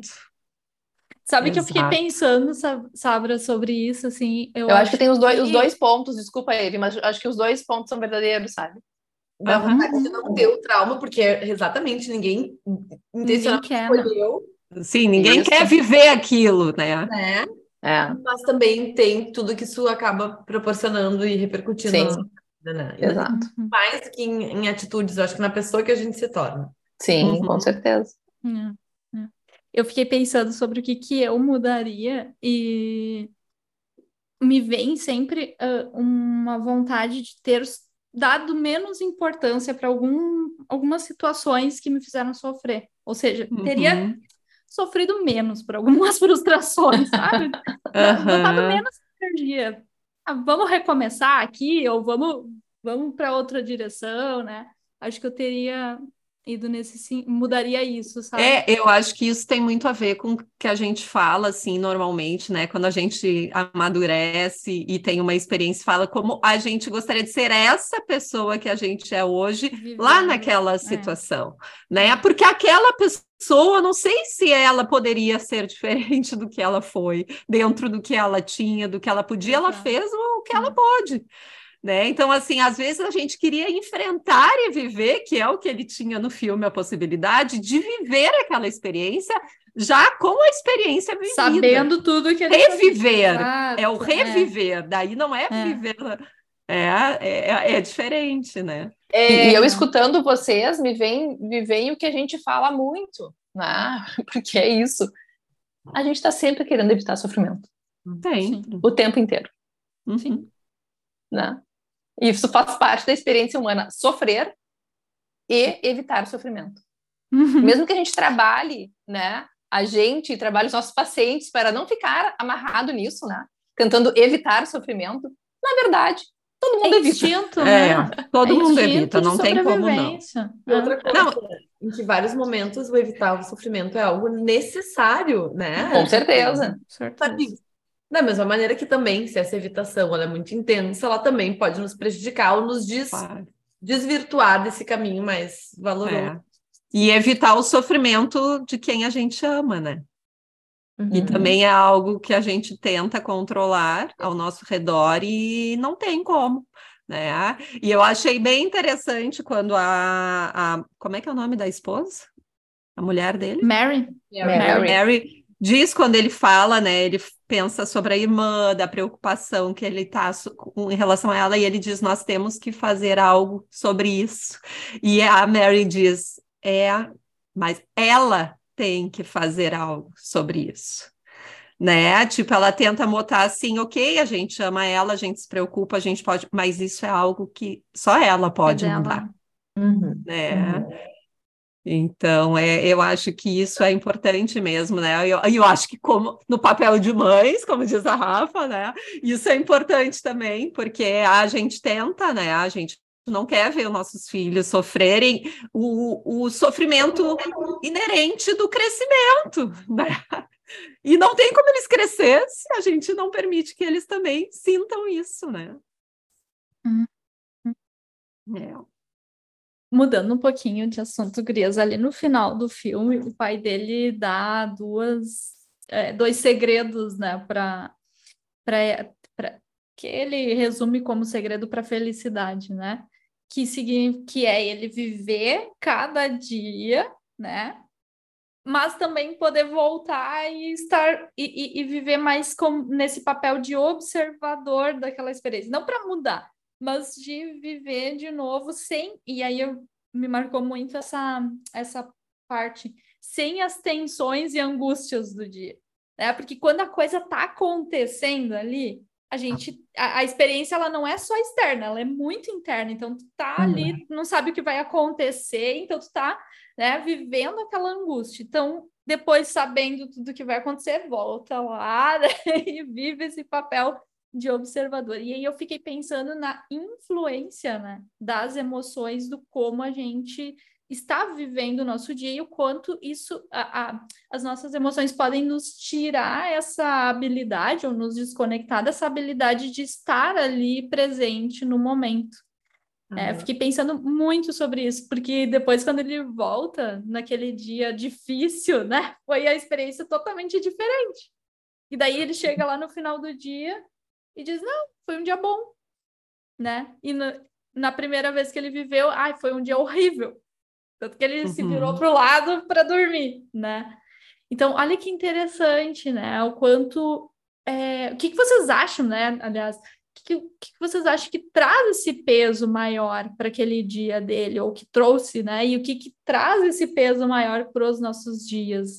Sabe que eu fiquei Exato. pensando, Sa- Sabra, sobre isso, assim, eu, Eu acho que tem os dois, que- os dois pontos, desculpa, Eve, mas eu acho que os dois pontos são verdadeiros, sabe? Dá Aham. vontade de não ter o trauma, porque exatamente ninguém Ninguém intencionalmente quer, né? escolheu, Sim, ninguém Isso. quer viver aquilo, né? né? É, Mas também tem tudo que isso acaba proporcionando e repercutindo Sim. na nossa vida, né? E exato. Uhum. mais do que em, em atitudes, eu acho que na pessoa que a gente se torna. Sim, Uhum. com certeza. É, é. Eu fiquei pensando sobre o que que eu mudaria e me vem sempre ah, uma vontade de ter s- dado menos importância para algum, algumas situações que me fizeram sofrer. Ou seja, teria Uhum. sofrido menos por algumas frustrações, sabe? Da- Botado Aham. menos energia. Ah, vamos recomeçar aqui ou vamos, vamos para outra direção, né? Acho que eu teria ido nesse, sim- mudaria isso, sabe? É, eu acho que isso tem muito a ver com o que a gente fala, assim, normalmente, né? Quando a gente amadurece e tem uma experiência, fala como a gente gostaria de ser essa pessoa que a gente é hoje, lá Vivendo. naquela É, situação, né? é, Porque aquela pessoa, não sei se ela poderia ser diferente do que ela foi, dentro do que ela tinha, do que ela podia, ela exato. fez o que ela É. pode. Né? Então, assim, às vezes a gente queria enfrentar e viver, que é o que ele tinha no filme, a possibilidade de viver aquela experiência já com a experiência vivida. Sabendo tudo que ele sabia. Reviver, é o Exato, é, reviver, daí não é é. viver, é, é, é diferente, né? E, e eu É. escutando vocês, me vem, me vem o que a gente fala muito, né? Porque é isso. A gente está sempre querendo evitar sofrimento, Sim, Sempre. o tempo inteiro, Uhum. sim. né? Isso faz parte da experiência humana, sofrer e evitar o sofrimento. Mesmo que a gente trabalhe, né? A gente trabalhe os nossos pacientes para não ficar amarrado nisso, né? Tentando evitar o sofrimento. Na verdade, todo mundo É evita. instinto, É, né? todo É mundo instinto evita, de não tem como não. sobrevivência. E outra É. coisa, Não, em que vários momentos o evitar o sofrimento é algo necessário, né? Com certeza. Certeza. Da mesma maneira que também, se essa evitação ela é muito intensa, ela também pode nos prejudicar ou nos des- claro. desvirtuar desse caminho mais valoroso. É. E evitar o sofrimento de quem a gente ama, né? E Uhum. também é algo que a gente tenta controlar ao nosso redor e não tem como, né? E eu achei bem interessante quando a, a... Como é que é o nome da esposa? A mulher dele? Mary? Mary. Mary diz quando ele fala, né? Ele pensa sobre a irmã, da preocupação que ele tá em relação a ela, e ele diz: nós temos que fazer algo sobre isso. E a Mary diz: é, mas ela tem que fazer algo sobre isso. Né? Tipo, ela tenta botar assim, ok, a gente ama ela, a gente se preocupa, a gente pode, mas isso é algo que só ela É pode dela. mudar, Uhum. né? Então, é, eu acho que isso é importante mesmo, né? E eu, eu acho que como no papel de mães, como diz a Rafa, né? Isso é importante também, porque a gente tenta, né? A gente não quer ver os nossos filhos sofrerem o, o sofrimento inerente do crescimento, né? E não tem como eles crescer se a gente não permite que eles também sintam isso, né? Uhum. É. Mudando um pouquinho de assunto, gurias, ali no final do filme, o pai dele dá duas, é, dois segredos, né, para que ele resume como segredo para felicidade, né? Que, signi- que é ele viver cada dia, né? Mas também poder voltar e estar e, e- e viver mais com, nesse papel de observador daquela experiência, não para mudar, mas de viver de novo sem. E aí eu, me marcou muito essa essa parte, sem as tensões e angústias do dia, né? Porque quando a coisa tá acontecendo ali, a gente a, a experiência ela não é só externa, ela é muito interna. Então tu tá ali, não sabe o que vai acontecer, então tu tá, né, vivendo aquela angústia. Então, depois, sabendo tudo que vai acontecer, volta lá, né, e vive esse papel de observador. E aí eu fiquei pensando na influência, né, das emoções, do como a gente está vivendo o nosso dia e o quanto isso, a, a, as nossas emoções podem nos tirar essa habilidade ou nos desconectar dessa habilidade de estar ali presente no momento. É, Uhum. fiquei pensando muito sobre isso, porque depois, quando ele volta naquele dia difícil, né? Foi a experiência totalmente diferente. E daí ele chega lá no final do dia e diz: não, foi um dia bom, né? E no, na primeira vez que ele viveu, ai, foi um dia horrível. Tanto que ele Uhum. se virou pro lado para dormir, né? Então, olha que interessante, né? O quanto. É... O que, que vocês acham, né? Aliás, que, que vocês acham que traz esse peso maior para aquele dia dele, ou que trouxe, né? E o que, que traz esse peso maior para os nossos dias?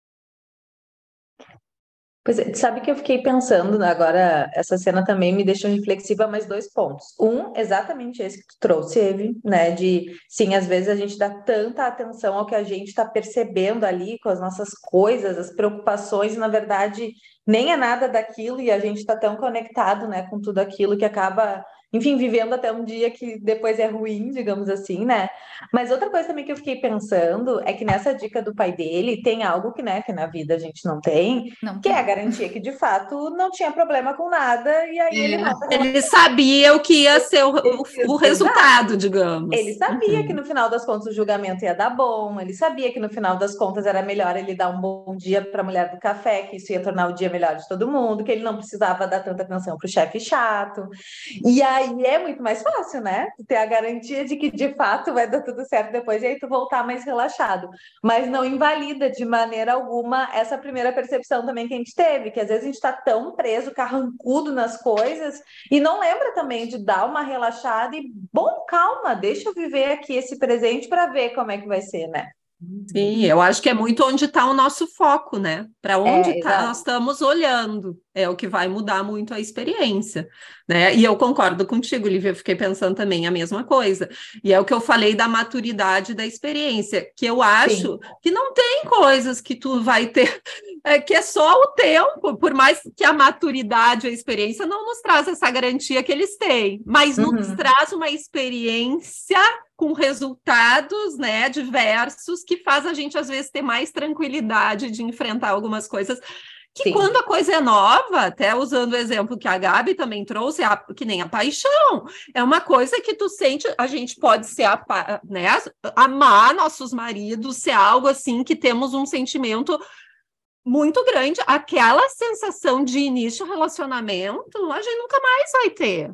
Pois é, sabe que eu fiquei pensando, né, agora, essa cena também me deixou reflexiva, mais dois pontos. Um, exatamente esse que tu trouxe, Eve, né, de, sim, às vezes a gente dá tanta atenção ao que a gente está percebendo ali, com as nossas coisas, as preocupações, e, na verdade, nem é nada daquilo, e a gente está tão conectado, né, com tudo aquilo que acaba, enfim, vivendo até um dia que depois é ruim, digamos assim, né? Mas outra coisa também que eu fiquei pensando é que nessa dica do pai dele tem algo que, né, que na vida a gente não tem, Não que é a tem. garantia que de fato não tinha problema com nada, e aí ele volta. Ele sabia o que ia ser o, o, o resultado, digamos. Ele sabia Uhum. que no final das contas o julgamento ia dar bom, ele sabia que no final das contas era melhor ele dar um bom dia para a mulher do café, que isso ia tornar o dia melhor de todo mundo, que ele não precisava dar tanta atenção para o chefe chato. E aí é muito mais fácil, né? Tu ter a garantia de que de fato vai dar tudo certo depois e aí tu voltar mais relaxado. Mas não invalida de maneira alguma essa primeira percepção também que a gente teve, que às vezes a gente está tão preso, carrancudo nas coisas e não lembra também de dar uma relaxada e, bom, calma, deixa eu viver aqui esse presente para ver como é que vai ser, né? Sim, eu acho que é muito onde está o nosso foco, né? Para onde É, tá, exato. nós estamos olhando, é o que vai mudar muito a experiência, né? E eu concordo contigo, Lívia, eu fiquei pensando também a mesma coisa. E é o que eu falei da maturidade da experiência, que eu acho Sim. que não tem coisas que tu vai ter, é, que é só o tempo, por mais que a maturidade, a experiência não nos traz essa garantia que eles têm, mas nos Uhum. traz uma experiência com resultados, né, diversos, que faz a gente, às vezes, ter mais tranquilidade de enfrentar algumas coisas, que Sim. quando a coisa é nova, até usando o exemplo que a Gabi também trouxe, a, que nem a paixão, é uma coisa que tu sente, a gente pode ser, a, né, amar nossos maridos, ser algo assim, que temos um sentimento muito grande, aquela sensação de início de relacionamento, a gente nunca mais vai ter,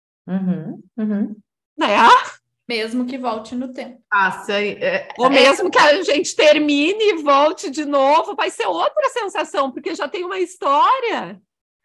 Uhum. Uhum. né? Mesmo que volte no tempo. Ah, é, Ou mesmo que a gente termine e volte de novo, vai ser outra sensação, porque já tem uma história.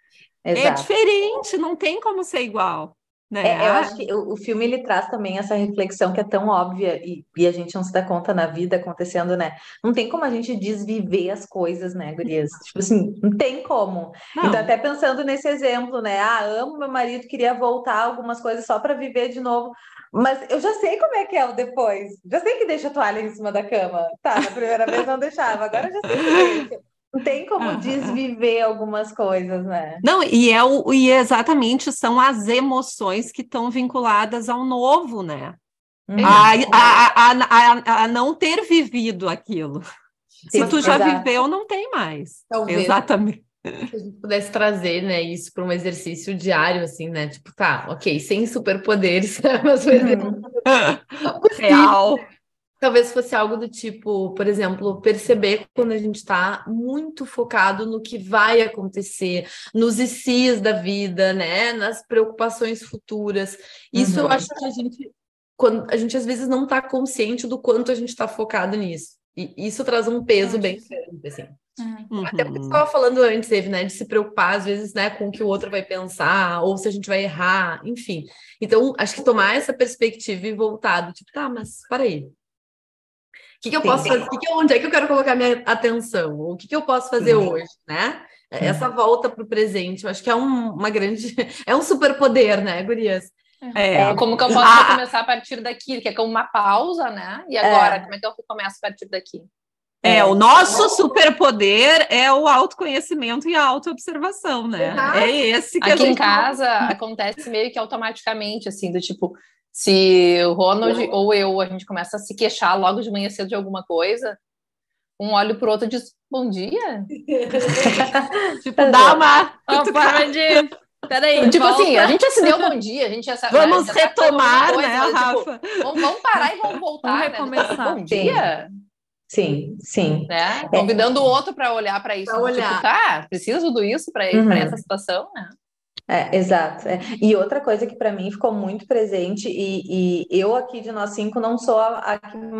É Exato. diferente, não tem como ser igual, né? É, eu acho que o, o filme ele traz também essa reflexão que é tão óbvia e, e a gente não se dá conta na vida acontecendo, né? Não tem como a gente desviver as coisas, né, gurias? Tipo assim, não tem como. Não. Então, até pensando nesse exemplo, né? Ah, amo meu marido, queria voltar algumas coisas só para viver de novo. Mas eu já sei como é que é o depois. Já sei que deixa a toalha em cima da cama. Tá, na primeira vez não deixava, agora eu já sei que deixa. Não tem como desviver algumas coisas, né? Não, e, é o, e exatamente são as emoções que estão vinculadas ao novo, né? Uhum. A, a, a, a, a não ter vivido aquilo. Sim, Se tu já exato. viveu, não tem mais. Talvez. Exatamente. Se a gente pudesse trazer, né, isso para um exercício diário, assim, né? Tipo, tá, ok, sem superpoderes, mas um exercício Real. talvez fosse algo do tipo, por exemplo, perceber quando a gente está muito focado no que vai acontecer, nos e se's da vida, né? Nas preocupações futuras. Isso Uhum. eu acho que a gente, quando a gente às vezes não está consciente do quanto a gente está focado nisso. E isso traz um peso bem grande, assim. Uhum. Até porque você estava falando antes, Eve, né? De se preocupar, às vezes, né, com o que o outro vai pensar, ou se a gente vai errar, enfim. Então, acho que tomar essa perspectiva e voltar, do tipo, tá, mas para aí. O que, que eu Sim, posso sim. fazer? Que que, onde é que eu quero colocar minha atenção? O que, que eu posso fazer Sim. hoje, né? Essa volta para o presente, eu acho que é um, uma grande... É um superpoder, né, gurias? É. Como que eu posso Ah, começar a partir daqui? Que é como uma pausa, né? E agora, É. como é que eu começo a partir daqui? É, o nosso superpoder é o autoconhecimento e a autoobservação, né? Exato. É esse que a Aqui em gente... casa acontece meio que automaticamente, assim, do tipo, se o Ronald ou eu, a gente começa a se queixar logo de manhã cedo de alguma coisa, um olha pro outro e diz, bom dia. Tipo, dá uma... Uma forma de... Peraí, Tipo volta. assim, a gente já se deu bom dia, a gente já sabe. Vamos já tá falando alguma retomar, coisa, né, mas, Rafa? tipo, vamos, vamos parar e vamos voltar, Vamos né? recomeçar. Bom dia, Sim, sim. né? Convidando o outro para olhar para isso. Pra olhar. Tipo, tá, precisa de tudo isso para Uhum. essa situação, né? É, exato. É. E outra coisa que para mim ficou muito presente, e, e eu aqui de nós cinco não sou a, a que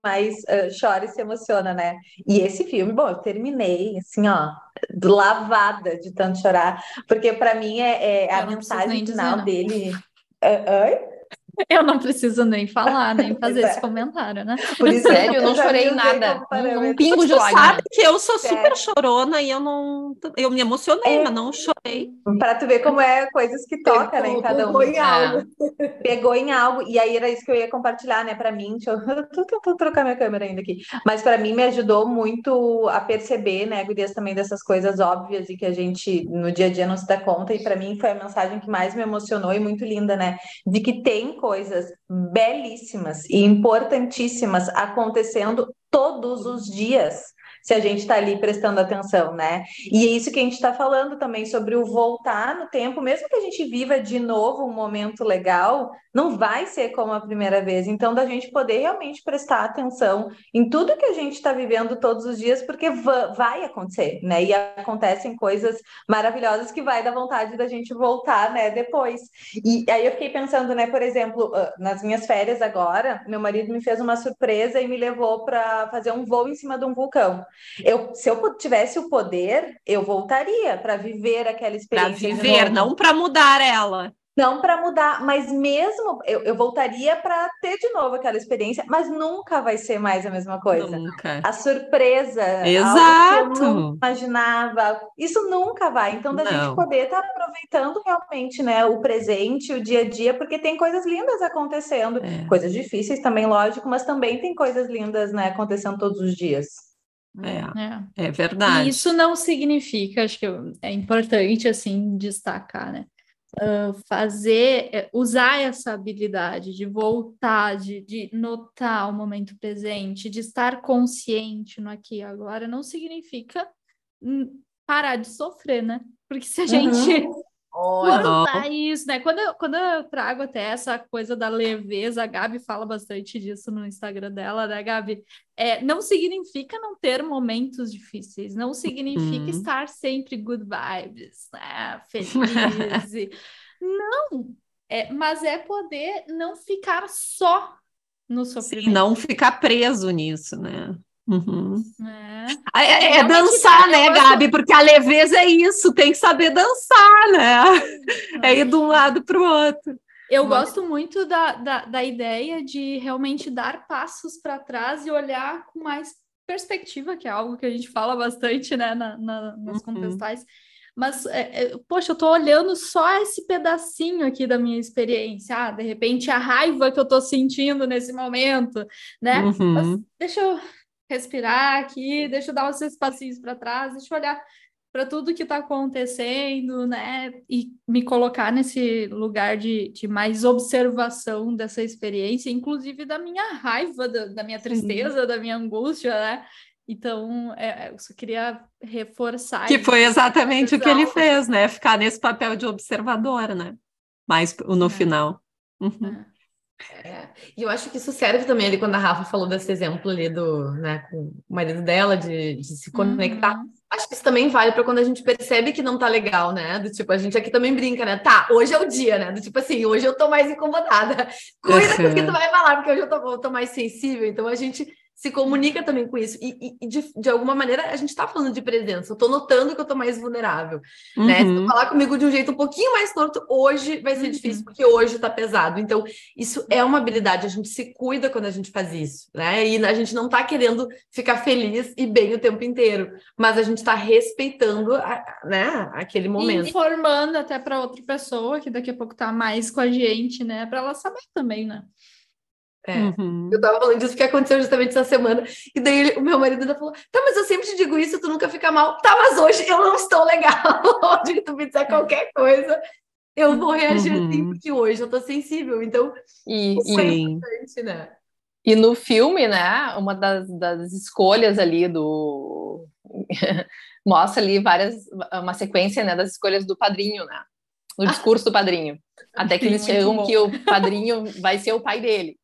mais uh, chora e se emociona, né? E esse filme, bom, eu terminei, assim, ó, lavada de tanto chorar, porque para mim é, é a mensagem final dizer, dele... Uh, Eu não preciso nem falar, nem fazer esse comentário, né? Por isso, sério, eu não chorei nada. Um, um pingo de lágrima. Sabe que eu sou super é. chorona e eu não... Eu me emocionei, é. mas não chorei. Para tu ver como é coisas que tocam, né, em cada um. Pegou em algo. É. Pegou em algo. E aí era isso que eu ia compartilhar, né, para mim. Deixa eu... eu tô tentando trocar minha câmera ainda aqui. Mas para mim me ajudou muito a perceber, né, gurias, também dessas coisas óbvias e que a gente no dia a dia não se dá conta. E para mim foi a mensagem que mais me emocionou e muito linda, né, de que tem coisas belíssimas e importantíssimas acontecendo todos os dias, se a gente está ali prestando atenção, né? E é isso que a gente está falando também sobre o voltar no tempo, mesmo que a gente viva de novo um momento legal, não vai ser como a primeira vez. Então, da gente poder realmente prestar atenção em tudo que a gente está vivendo todos os dias, porque vai acontecer, né? E acontecem coisas maravilhosas que vai dar vontade da gente voltar, né? Depois. E aí eu fiquei pensando, né? Por exemplo, nas minhas férias agora, meu marido me fez uma surpresa e me levou para fazer um voo em cima de um vulcão. Eu, se eu tivesse o poder, eu voltaria para viver aquela experiência. Para viver, não para mudar ela. Não para mudar, mas mesmo eu, eu voltaria para ter de novo aquela experiência, mas nunca vai ser mais a mesma coisa. Nunca. A surpresa, Exato. algo que eu não imaginava, isso nunca vai. Então, da não. gente poder estar tá aproveitando realmente, né, o presente, o dia a dia, porque tem coisas lindas acontecendo, é. coisas difíceis também, lógico, mas também tem coisas lindas, né, acontecendo todos os dias. É, é, é verdade. E isso não significa, acho que é importante, assim, destacar, né? Uh, fazer, usar essa habilidade de voltar, de, de notar o momento presente, de estar consciente no aqui e agora, não significa parar de sofrer, né? Porque se a gente... Uhum. Quando isso, né? Quando eu, quando eu trago até essa coisa da leveza, a Gabi fala bastante disso no Instagram dela, né, Gabi? É, não significa não ter momentos difíceis, não significa hum. estar sempre good vibes, né? Feliz. E... Não, é, mas é poder não ficar só no sofrimento. Sim, não ficar preso nisso, né? Uhum. É, é, é dançar, dá, né, Gabi? Gosto... Porque a leveza é isso, tem que saber dançar, né? É, é ir de um lado para o outro. Eu Mas... gosto muito da, da, da ideia de realmente dar passos para trás e olhar com mais perspectiva, que é algo que a gente fala bastante, né, na, na, nas uhum. contextais. Mas, é, é, poxa, eu tô olhando só esse pedacinho aqui da minha experiência. Ah, de repente, a raiva que eu tô sentindo nesse momento, né? Uhum. Mas deixa eu respirar aqui, deixa eu dar uns passinhos para trás, deixa eu olhar para tudo que está acontecendo, né? E me colocar nesse lugar de, de mais observação dessa experiência, inclusive da minha raiva, da, da minha tristeza, Sim. da minha angústia, né? Então, é, eu só queria reforçar Que isso. foi exatamente o que ele fez, né? Ficar nesse papel de observador, né? Mais no é. final. Uhum. É. É, e eu acho que isso serve também ali quando a Rafa falou desse exemplo ali do, né, com o marido dela de, de se conectar. Uhum. Acho que isso também vale para quando a gente percebe que não tá legal, né? Do tipo, a gente aqui também brinca, né? Tá, hoje é o dia, né? Do tipo assim, hoje eu tô mais incomodada. Cuida com o que tu vai falar, porque hoje eu tô, eu tô mais sensível. Então a gente se comunica também com isso. E, e de, de alguma maneira, a gente tá falando de presença. Eu tô notando que eu tô mais vulnerável, uhum. né? Se tu falar comigo de um jeito um pouquinho mais torto, hoje vai ser uhum. difícil, porque hoje tá pesado. Então, isso é uma habilidade. A gente se cuida quando a gente faz isso, né? E a gente não tá querendo ficar feliz e bem o tempo inteiro, mas a gente tá respeitando, a, né, aquele momento. E informando até para outra pessoa, que daqui a pouco tá mais com a gente, né? Para ela saber também, né? É. Uhum. Eu tava falando disso que aconteceu justamente essa semana, e daí ele, o meu marido ainda falou, tá, mas eu sempre te digo isso, tu nunca fica mal. Tá, mas hoje eu não estou legal. Hoje tu me disser qualquer coisa, eu vou reagir uhum. assim, porque hoje eu tô sensível. Então, e, isso e, é importante, né? E no filme, né, uma das, das escolhas ali do... mostra ali várias, uma sequência, né, das escolhas do padrinho, né? No discurso do padrinho. Até que Sim, eles chegam que o padrinho vai ser o pai dele,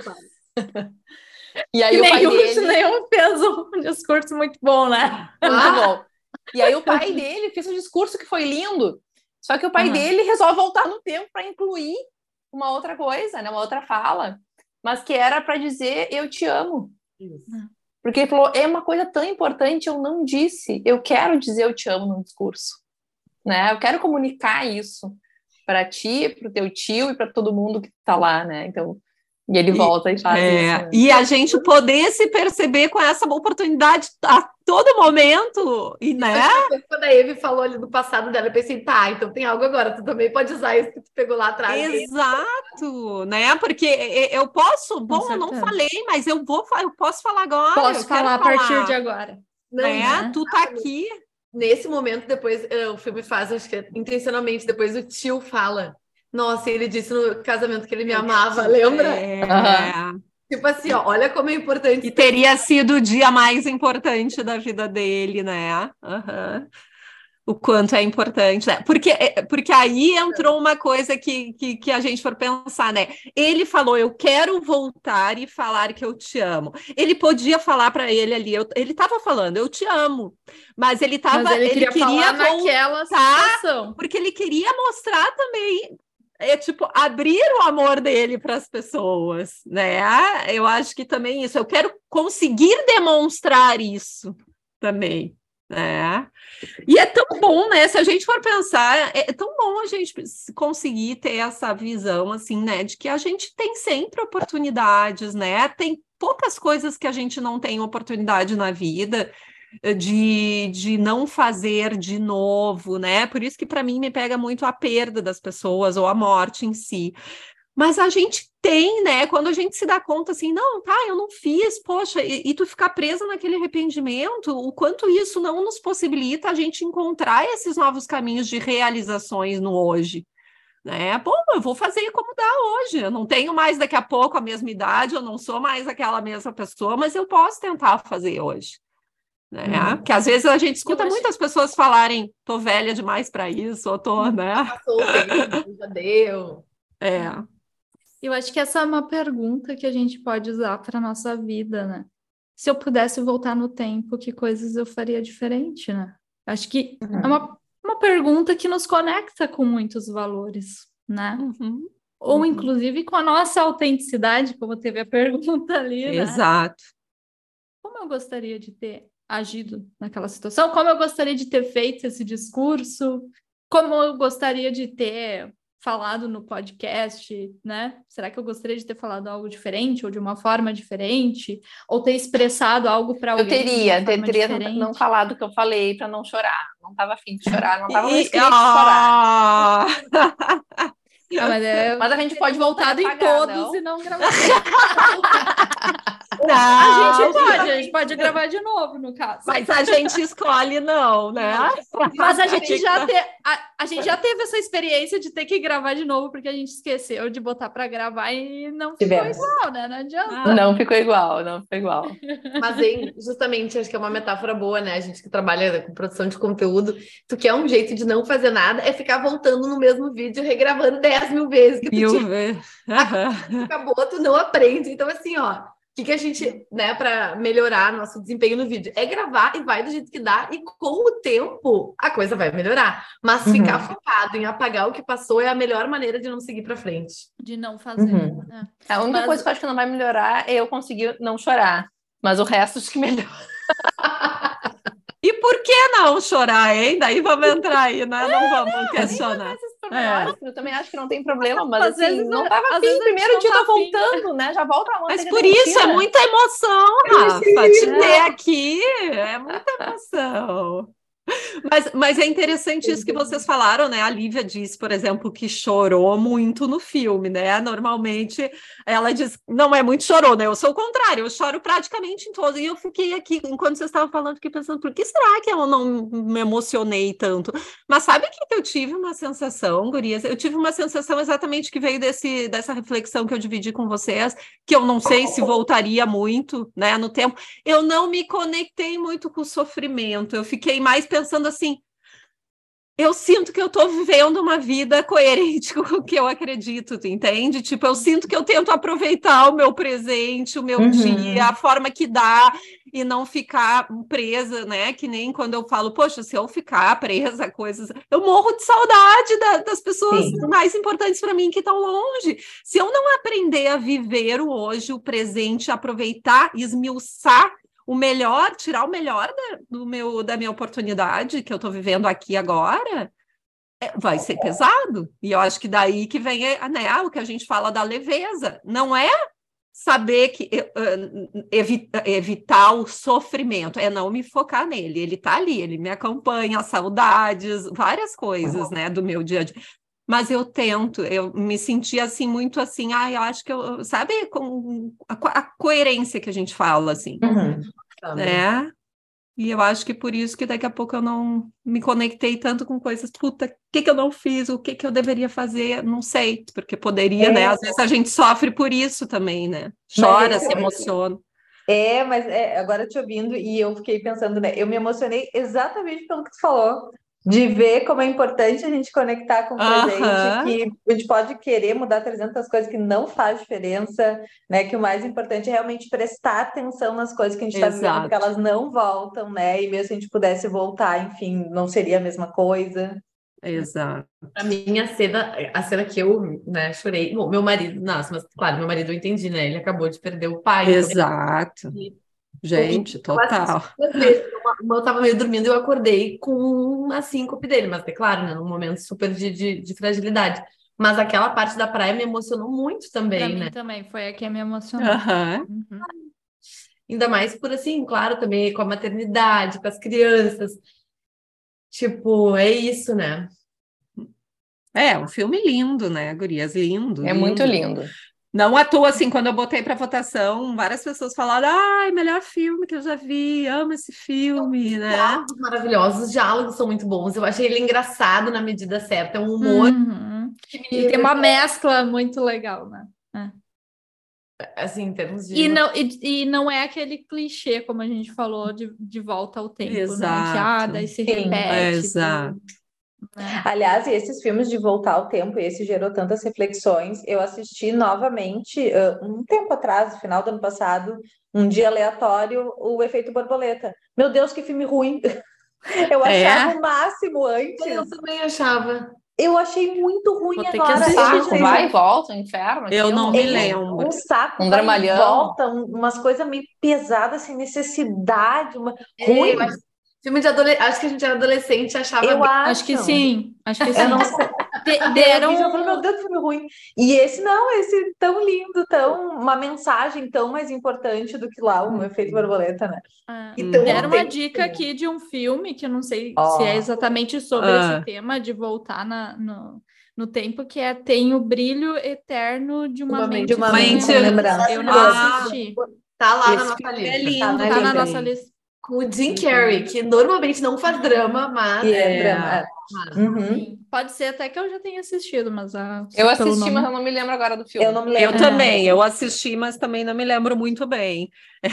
né? E aí e o nenhum, pai dele... nenhum fez um discurso muito bom, né? Muito ah. bom. E aí o pai dele fez um discurso que foi lindo, só que o pai uhum. dele resolve voltar no tempo para incluir uma outra coisa, né? Uma outra fala, mas que era para dizer eu te amo. Isso. Porque ele falou, é uma coisa tão importante, eu não disse. Eu quero dizer eu te amo no discurso, né? Eu quero comunicar isso para ti, para o teu tio e para todo mundo que tá lá, né? Então, e ele volta e, e faz é, isso. Né? E a gente poder se perceber com essa oportunidade a todo momento, e né? Quando a Eve falou ali do passado dela, eu pensei, tá, então tem algo agora, tu também pode usar isso que tu pegou lá atrás. Exato, né? Porque eu posso, Com bom, certeza. eu não falei, mas eu vou, eu posso falar agora. Posso eu falar a falar. partir de agora. Não, né? né? Tu tá aqui. Nesse momento, depois, uh, o filme faz, acho que é intencionalmente, depois o tio fala. Nossa, ele disse no casamento que ele me amava, lembra? É... Uhum. Tipo assim, ó, olha como é importante. E teria sido o dia mais importante da vida dele, né? Uhum. O quanto é importante, né? Porque, porque aí entrou uma coisa que, que, que a gente for pensar, né? Ele falou, eu quero voltar e falar que eu te amo. Ele podia falar para ele ali, eu, ele estava falando, eu te amo. Mas ele estava... Mas ele queria, ele queria falar voltar, naquela situação. porque ele queria mostrar também... É tipo, abrir o amor dele para as pessoas, né? Eu acho que também isso, eu quero conseguir demonstrar isso também, né? E é tão bom, né? Se a gente for pensar, é tão bom a gente conseguir ter essa visão, assim, né? De que a gente tem sempre oportunidades, né? Tem poucas coisas que a gente não tem oportunidade na vida, de, de não fazer de novo, né? Por isso que para mim me pega muito a perda das pessoas ou a morte em si. Mas a gente tem, né? Quando a gente se dá conta assim, não, tá, eu não fiz, poxa, e, e tu ficar presa naquele arrependimento, o quanto isso não nos possibilita a gente encontrar esses novos caminhos de realizações no hoje. Né? Bom, eu vou fazer como dá hoje. Eu não tenho mais daqui a pouco a mesma idade, eu não sou mais aquela mesma pessoa, mas eu posso tentar fazer hoje. Né? Uhum. Porque às vezes a gente escuta eu muitas acho... pessoas falarem, tô velha demais para isso, ou tô, né? Passou o tempo, já deu. É. Eu acho que essa é uma pergunta que a gente pode usar para nossa vida, né? Se eu pudesse voltar no tempo, que coisas eu faria diferente, né? Acho que uhum. é uma, uma pergunta que nos conecta com muitos valores, né? Uhum. Ou, uhum. inclusive, com a nossa autenticidade, como teve a pergunta ali, né? Exato. Como eu gostaria de ter agido naquela situação, como eu gostaria de ter feito esse discurso, como eu gostaria de ter falado no podcast, né? Será que eu gostaria de ter falado algo diferente ou de uma forma diferente, ou ter expressado algo para alguém? Eu teria, de uma teria diferente? não falado o que eu falei para não chorar. Não estava afim de chorar, não estava no e... script de chorar. Ah, mas, é... mas a gente pode voltar em apagar, todos não? e não gravar. Não, a gente pode, a gente pode gravar de novo, no caso. Mas a gente escolhe não, né? Mas a gente já te, a, a gente já teve essa experiência de ter que gravar de novo, porque a gente esqueceu de botar para gravar e não ficou Tivemos. igual, né? Não adianta. Ah. Não ficou igual, não ficou igual. Mas, hein, justamente, acho que é uma metáfora boa, né? A gente que trabalha com produção de conteúdo, tu quer um jeito de não fazer nada, é ficar voltando no mesmo vídeo, regravando dez mil vezes. Que tu mil tinha... vezes. Acabou, tu não aprende. Então, assim, ó, o que, que a gente, né, para melhorar nosso desempenho no vídeo? É gravar e vai do jeito que dá, e com o tempo a coisa vai melhorar. Mas uhum. ficar focado em apagar o que passou é a melhor maneira de não seguir para frente. De não fazer. Uhum. Né? A única Mas... coisa que eu acho que não vai melhorar é eu conseguir não chorar. Mas o resto acho que melhora. E por que não chorar, hein? Daí vamos entrar aí, né? Não vamos questionar. É. Eu também acho que não tem problema, mas às assim, vezes, não tava afim. Primeiro dia tá voltando, né? Já volta a Mas por isso é muita emoção, Rafa. Te ter aqui é muita emoção. Mas, mas é interessante isso que vocês falaram, né? A Lívia disse, por exemplo, que chorou muito no filme, né? Normalmente ela diz, não é muito chorou, né? Eu sou o contrário, eu choro praticamente em todos. E eu fiquei aqui, enquanto vocês estavam falando, fiquei pensando, por que será que eu não me emocionei tanto? Mas sabe que eu tive uma sensação, gurias? Eu tive uma sensação exatamente que veio desse, dessa reflexão que eu dividi com vocês, que eu não sei se voltaria muito, né, no tempo. Eu não me conectei muito com o sofrimento, eu fiquei mais pensando assim, eu sinto que eu tô vivendo uma vida coerente com o que eu acredito, tu entende? Tipo, eu sinto que eu tento aproveitar o meu presente, o meu Uhum. dia, a forma que dá, e não ficar presa, né? Que nem quando eu falo, poxa, se eu ficar presa a coisas, eu morro de saudade da- das pessoas Sim. mais importantes para mim que estão longe. Se eu não aprender a viver o hoje, o presente, aproveitar, esmiuçar o melhor, tirar o melhor da, do meu, da minha oportunidade que eu estou vivendo aqui agora, é, vai ser pesado. E eu acho que daí que vem, né, o que a gente fala da leveza. Não é saber que uh, evi evitar o sofrimento, é não me focar nele. Ele está ali, ele me acompanha, saudades, várias coisas, né, do meu dia a dia. Mas eu tento, eu me senti assim, muito assim, ah, eu acho que eu, sabe, com a, a coerência que a gente fala, assim, Uhum. né? E eu acho que por isso que daqui a pouco eu não me conectei tanto com coisas, puta, o que que eu não fiz, o que que eu deveria fazer, não sei, porque poderia, É. né? Às vezes a gente sofre por isso também, né? Mas Chora, é- se emociona. É, mas é, agora te ouvindo, e eu fiquei pensando, né? Eu me emocionei exatamente pelo que tu falou, de ver como é importante a gente conectar com o presente, Aham. que a gente pode querer mudar trezentas coisas que não faz diferença, né? Que o mais importante é realmente prestar atenção nas coisas que a gente está vivendo, porque Exato. elas não voltam, né? E mesmo se a gente pudesse voltar, enfim, não seria a mesma coisa. Exato. Pra mim, a cena, a cena que eu, né, chorei. Bom, meu marido, nossa, mas claro, meu marido eu entendi, né? Ele acabou de perder o pai. Então, Exato. Gente, eu total. assisti duas vezes. Uma, uma eu tava meio dormindo e eu acordei com a síncope dele, mas é claro, né? Num momento super de, de, de fragilidade. Mas aquela parte da praia me emocionou muito Pra também, mim né? também, foi a que me emocionou. Aham. Uhum. Ainda mais por assim, claro, também com a maternidade, com as crianças. Tipo, é isso, né? É, um filme lindo, né, gurias? Lindo, É muito lindo. lindo. Não à toa, assim, quando eu botei para votação, várias pessoas falaram, ai, melhor filme que eu já vi, amo esse filme, né? Diálogos maravilhosos, os diálogos são muito bons. Eu achei ele engraçado na medida certa, é um humor Uhum. que E me, tem uma mescla muito legal, né? assim, em termos de... E não, e, e não é aquele clichê, como a gente falou, de, de volta ao tempo, né? Que, ah, Exato. daí se Sim. repete. Exato. tudo, né? Aliás, e esses filmes de voltar ao tempo, esse gerou tantas reflexões. Eu assisti novamente, uh, um tempo atrás, no final do ano passado, um dia aleatório, o Efeito Borboleta. Meu Deus, que filme ruim! Eu achava É? o máximo antes. Eu também achava. Eu achei muito ruim Vou ter que agora. assistir Eu não de sei novo. se- Vai e volta, um inferno. Eu aquilo. não me É lembro. um saco, Um vai e dramalhão. volta, um- umas coisas meio pesadas, sem necessidade, uma... É, ruim. eu acho, filme de adolescente, acho que a gente era adolescente e achava Eu bem. acho. Acho que sim, acho que sim. Eu não sei. De- Daí eu deram vi, eu falei, meu Deus, que filme ruim. E esse não, esse tão lindo, tão uma mensagem tão mais importante do que lá o Efeito Borboleta, né? ah, Então, deram uma tem- dica aqui de um filme que eu não sei Ó. se é exatamente sobre Ah. esse tema de voltar na, no, no tempo, que é Tem o Brilho Eterno de uma, Uma mente, mente- uma sem mente sem lembrança. lembrança. Eu não Ah. assisti. Tá lá na Esse nossa filme é lista. lindo Tá na Tá na também. nossa lista. Com o Jim Carrey, que normalmente não faz drama, mas E é, É. drama. é. Uhum. Sim. Pode ser até que eu já tenha assistido, mas ah, Eu pelo assisti, nome- mas eu não me lembro agora do filme. Eu não me Eu lembro. também, eu assisti, mas também não me lembro muito bem.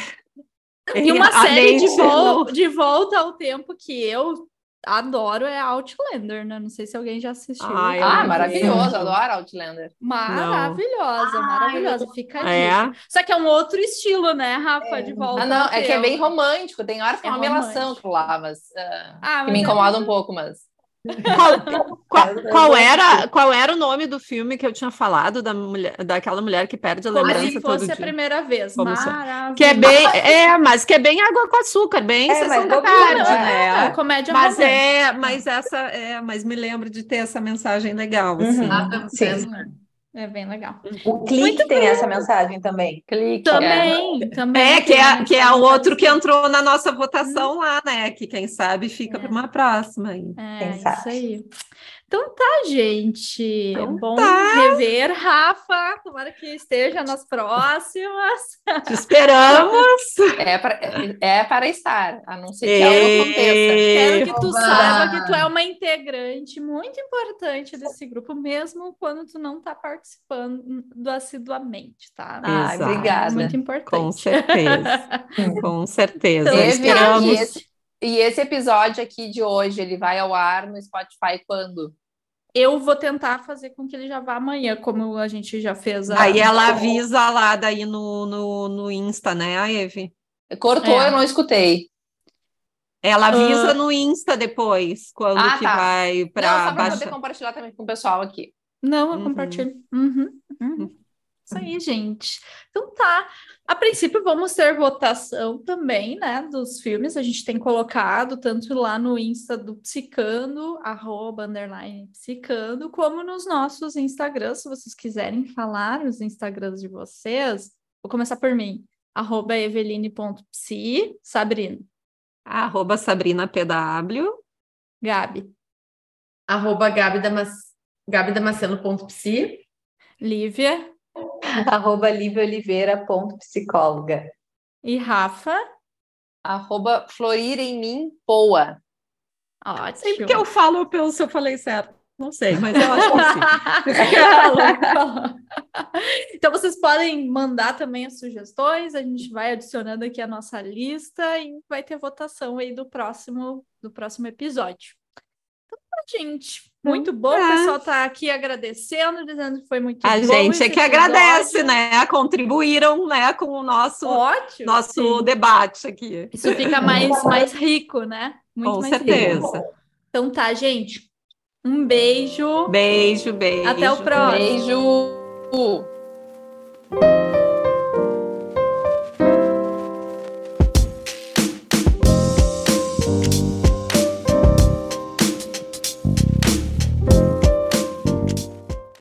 E uma A série de, mente vol- não- de volta ao tempo que eu adoro é Outlander, né? Não sei se alguém já assistiu. Ai, eu Ah, não maravilhoso, vi. adoro Outlander. Maravilhosa, maravilhosa. Fica a É? dica. Só que é um outro estilo, né, Rafa? De volta Ah, não, ao é que é tempo. bem romântico, tem hora que é É uma melação romântico. aquilo lá, mas ah, Ah, que mas me é incomoda muito- um pouco, mas. Qual, qual- Eu- eu qual gosto era, qual era o nome do filme que eu tinha falado da mulher, daquela mulher que perde a Como lembrança se todo fosse a dia? primeira vez. Como se- Maravilhoso. Que é bem, é, mas que é bem água com açúcar, bem É, sessão mas da bobinha, tarde, não né? É, comédia Mas romântica. é, mas essa é, mas me lembro de ter essa mensagem legal, Uhum. assim. nada Sim. É bem legal. O Clique tem essa mensagem também. Clique. Também, também. É, que tem é, uma que é mensagem o outro que parecida. entrou na nossa votação lá, né? Que quem sabe fica É. para uma próxima aí. É, Quem isso sabe? aí. Então tá, gente. Então Bom tá. rever, Rafa. Tomara que esteja nas próximas. Te esperamos. É para, é para estar, a não ser que E- algo aconteça. Quero que tu Oba! saiba que tu é uma integrante muito importante desse grupo, mesmo quando tu não tá participando do assiduamente, tá? Ah, Exato. obrigada. É muito importante. Com certeza. Com certeza. Então, Teve, Esperamos. esse, E esse episódio aqui de hoje, ele vai ao ar no Spotify quando? Eu vou tentar fazer com que ele já vá amanhã, como a gente já fez. A... Aí ela avisa lá daí no, no, no Insta, né, a Eve? Cortou, É. eu não escutei. Ela avisa Ah. no Insta depois, quando Ah, que tá. vai Não, para só para baixar. poder compartilhar também com o pessoal aqui. Não, eu Uhum. compartilho. Uhum, uhum. Isso aí, gente. Então tá. A princípio, vamos ter votação também, né, dos filmes. A gente tem colocado tanto lá no Insta do Psicando, arroba, underline, Psicando, como nos nossos Instagrams, se vocês quiserem falar os Instagrams de vocês. Vou começar por mim. Arroba eveline.psi. Sabrina. Arroba Sabrina P W. Gabi. Arroba Gabi Damas- Gabi Damasceno.psi. Lívia. Arroba liviaoliveira.psicóloga. E Rafa. Arroba Florir em mim, Poa. Ótimo. Sempre que eu falo, eu penso se eu falei certo. Não sei, mas eu acho que sim. Falou, falou. Então vocês podem mandar também as sugestões, a gente vai adicionando aqui a nossa lista e vai ter votação aí do próximo, do próximo episódio. Então, tá, gente, muito bom. O pessoal tá aqui agradecendo, dizendo que foi muito A bom. gente esse é que episódio. agradece, né? Contribuíram, né, com o nosso, Ótimo. nosso sim. debate aqui. Isso fica mais, mais rico, né? Muito Com mais rico. certeza. Então tá, gente. Um beijo. Beijo, beijo. Até o próximo. Beijo!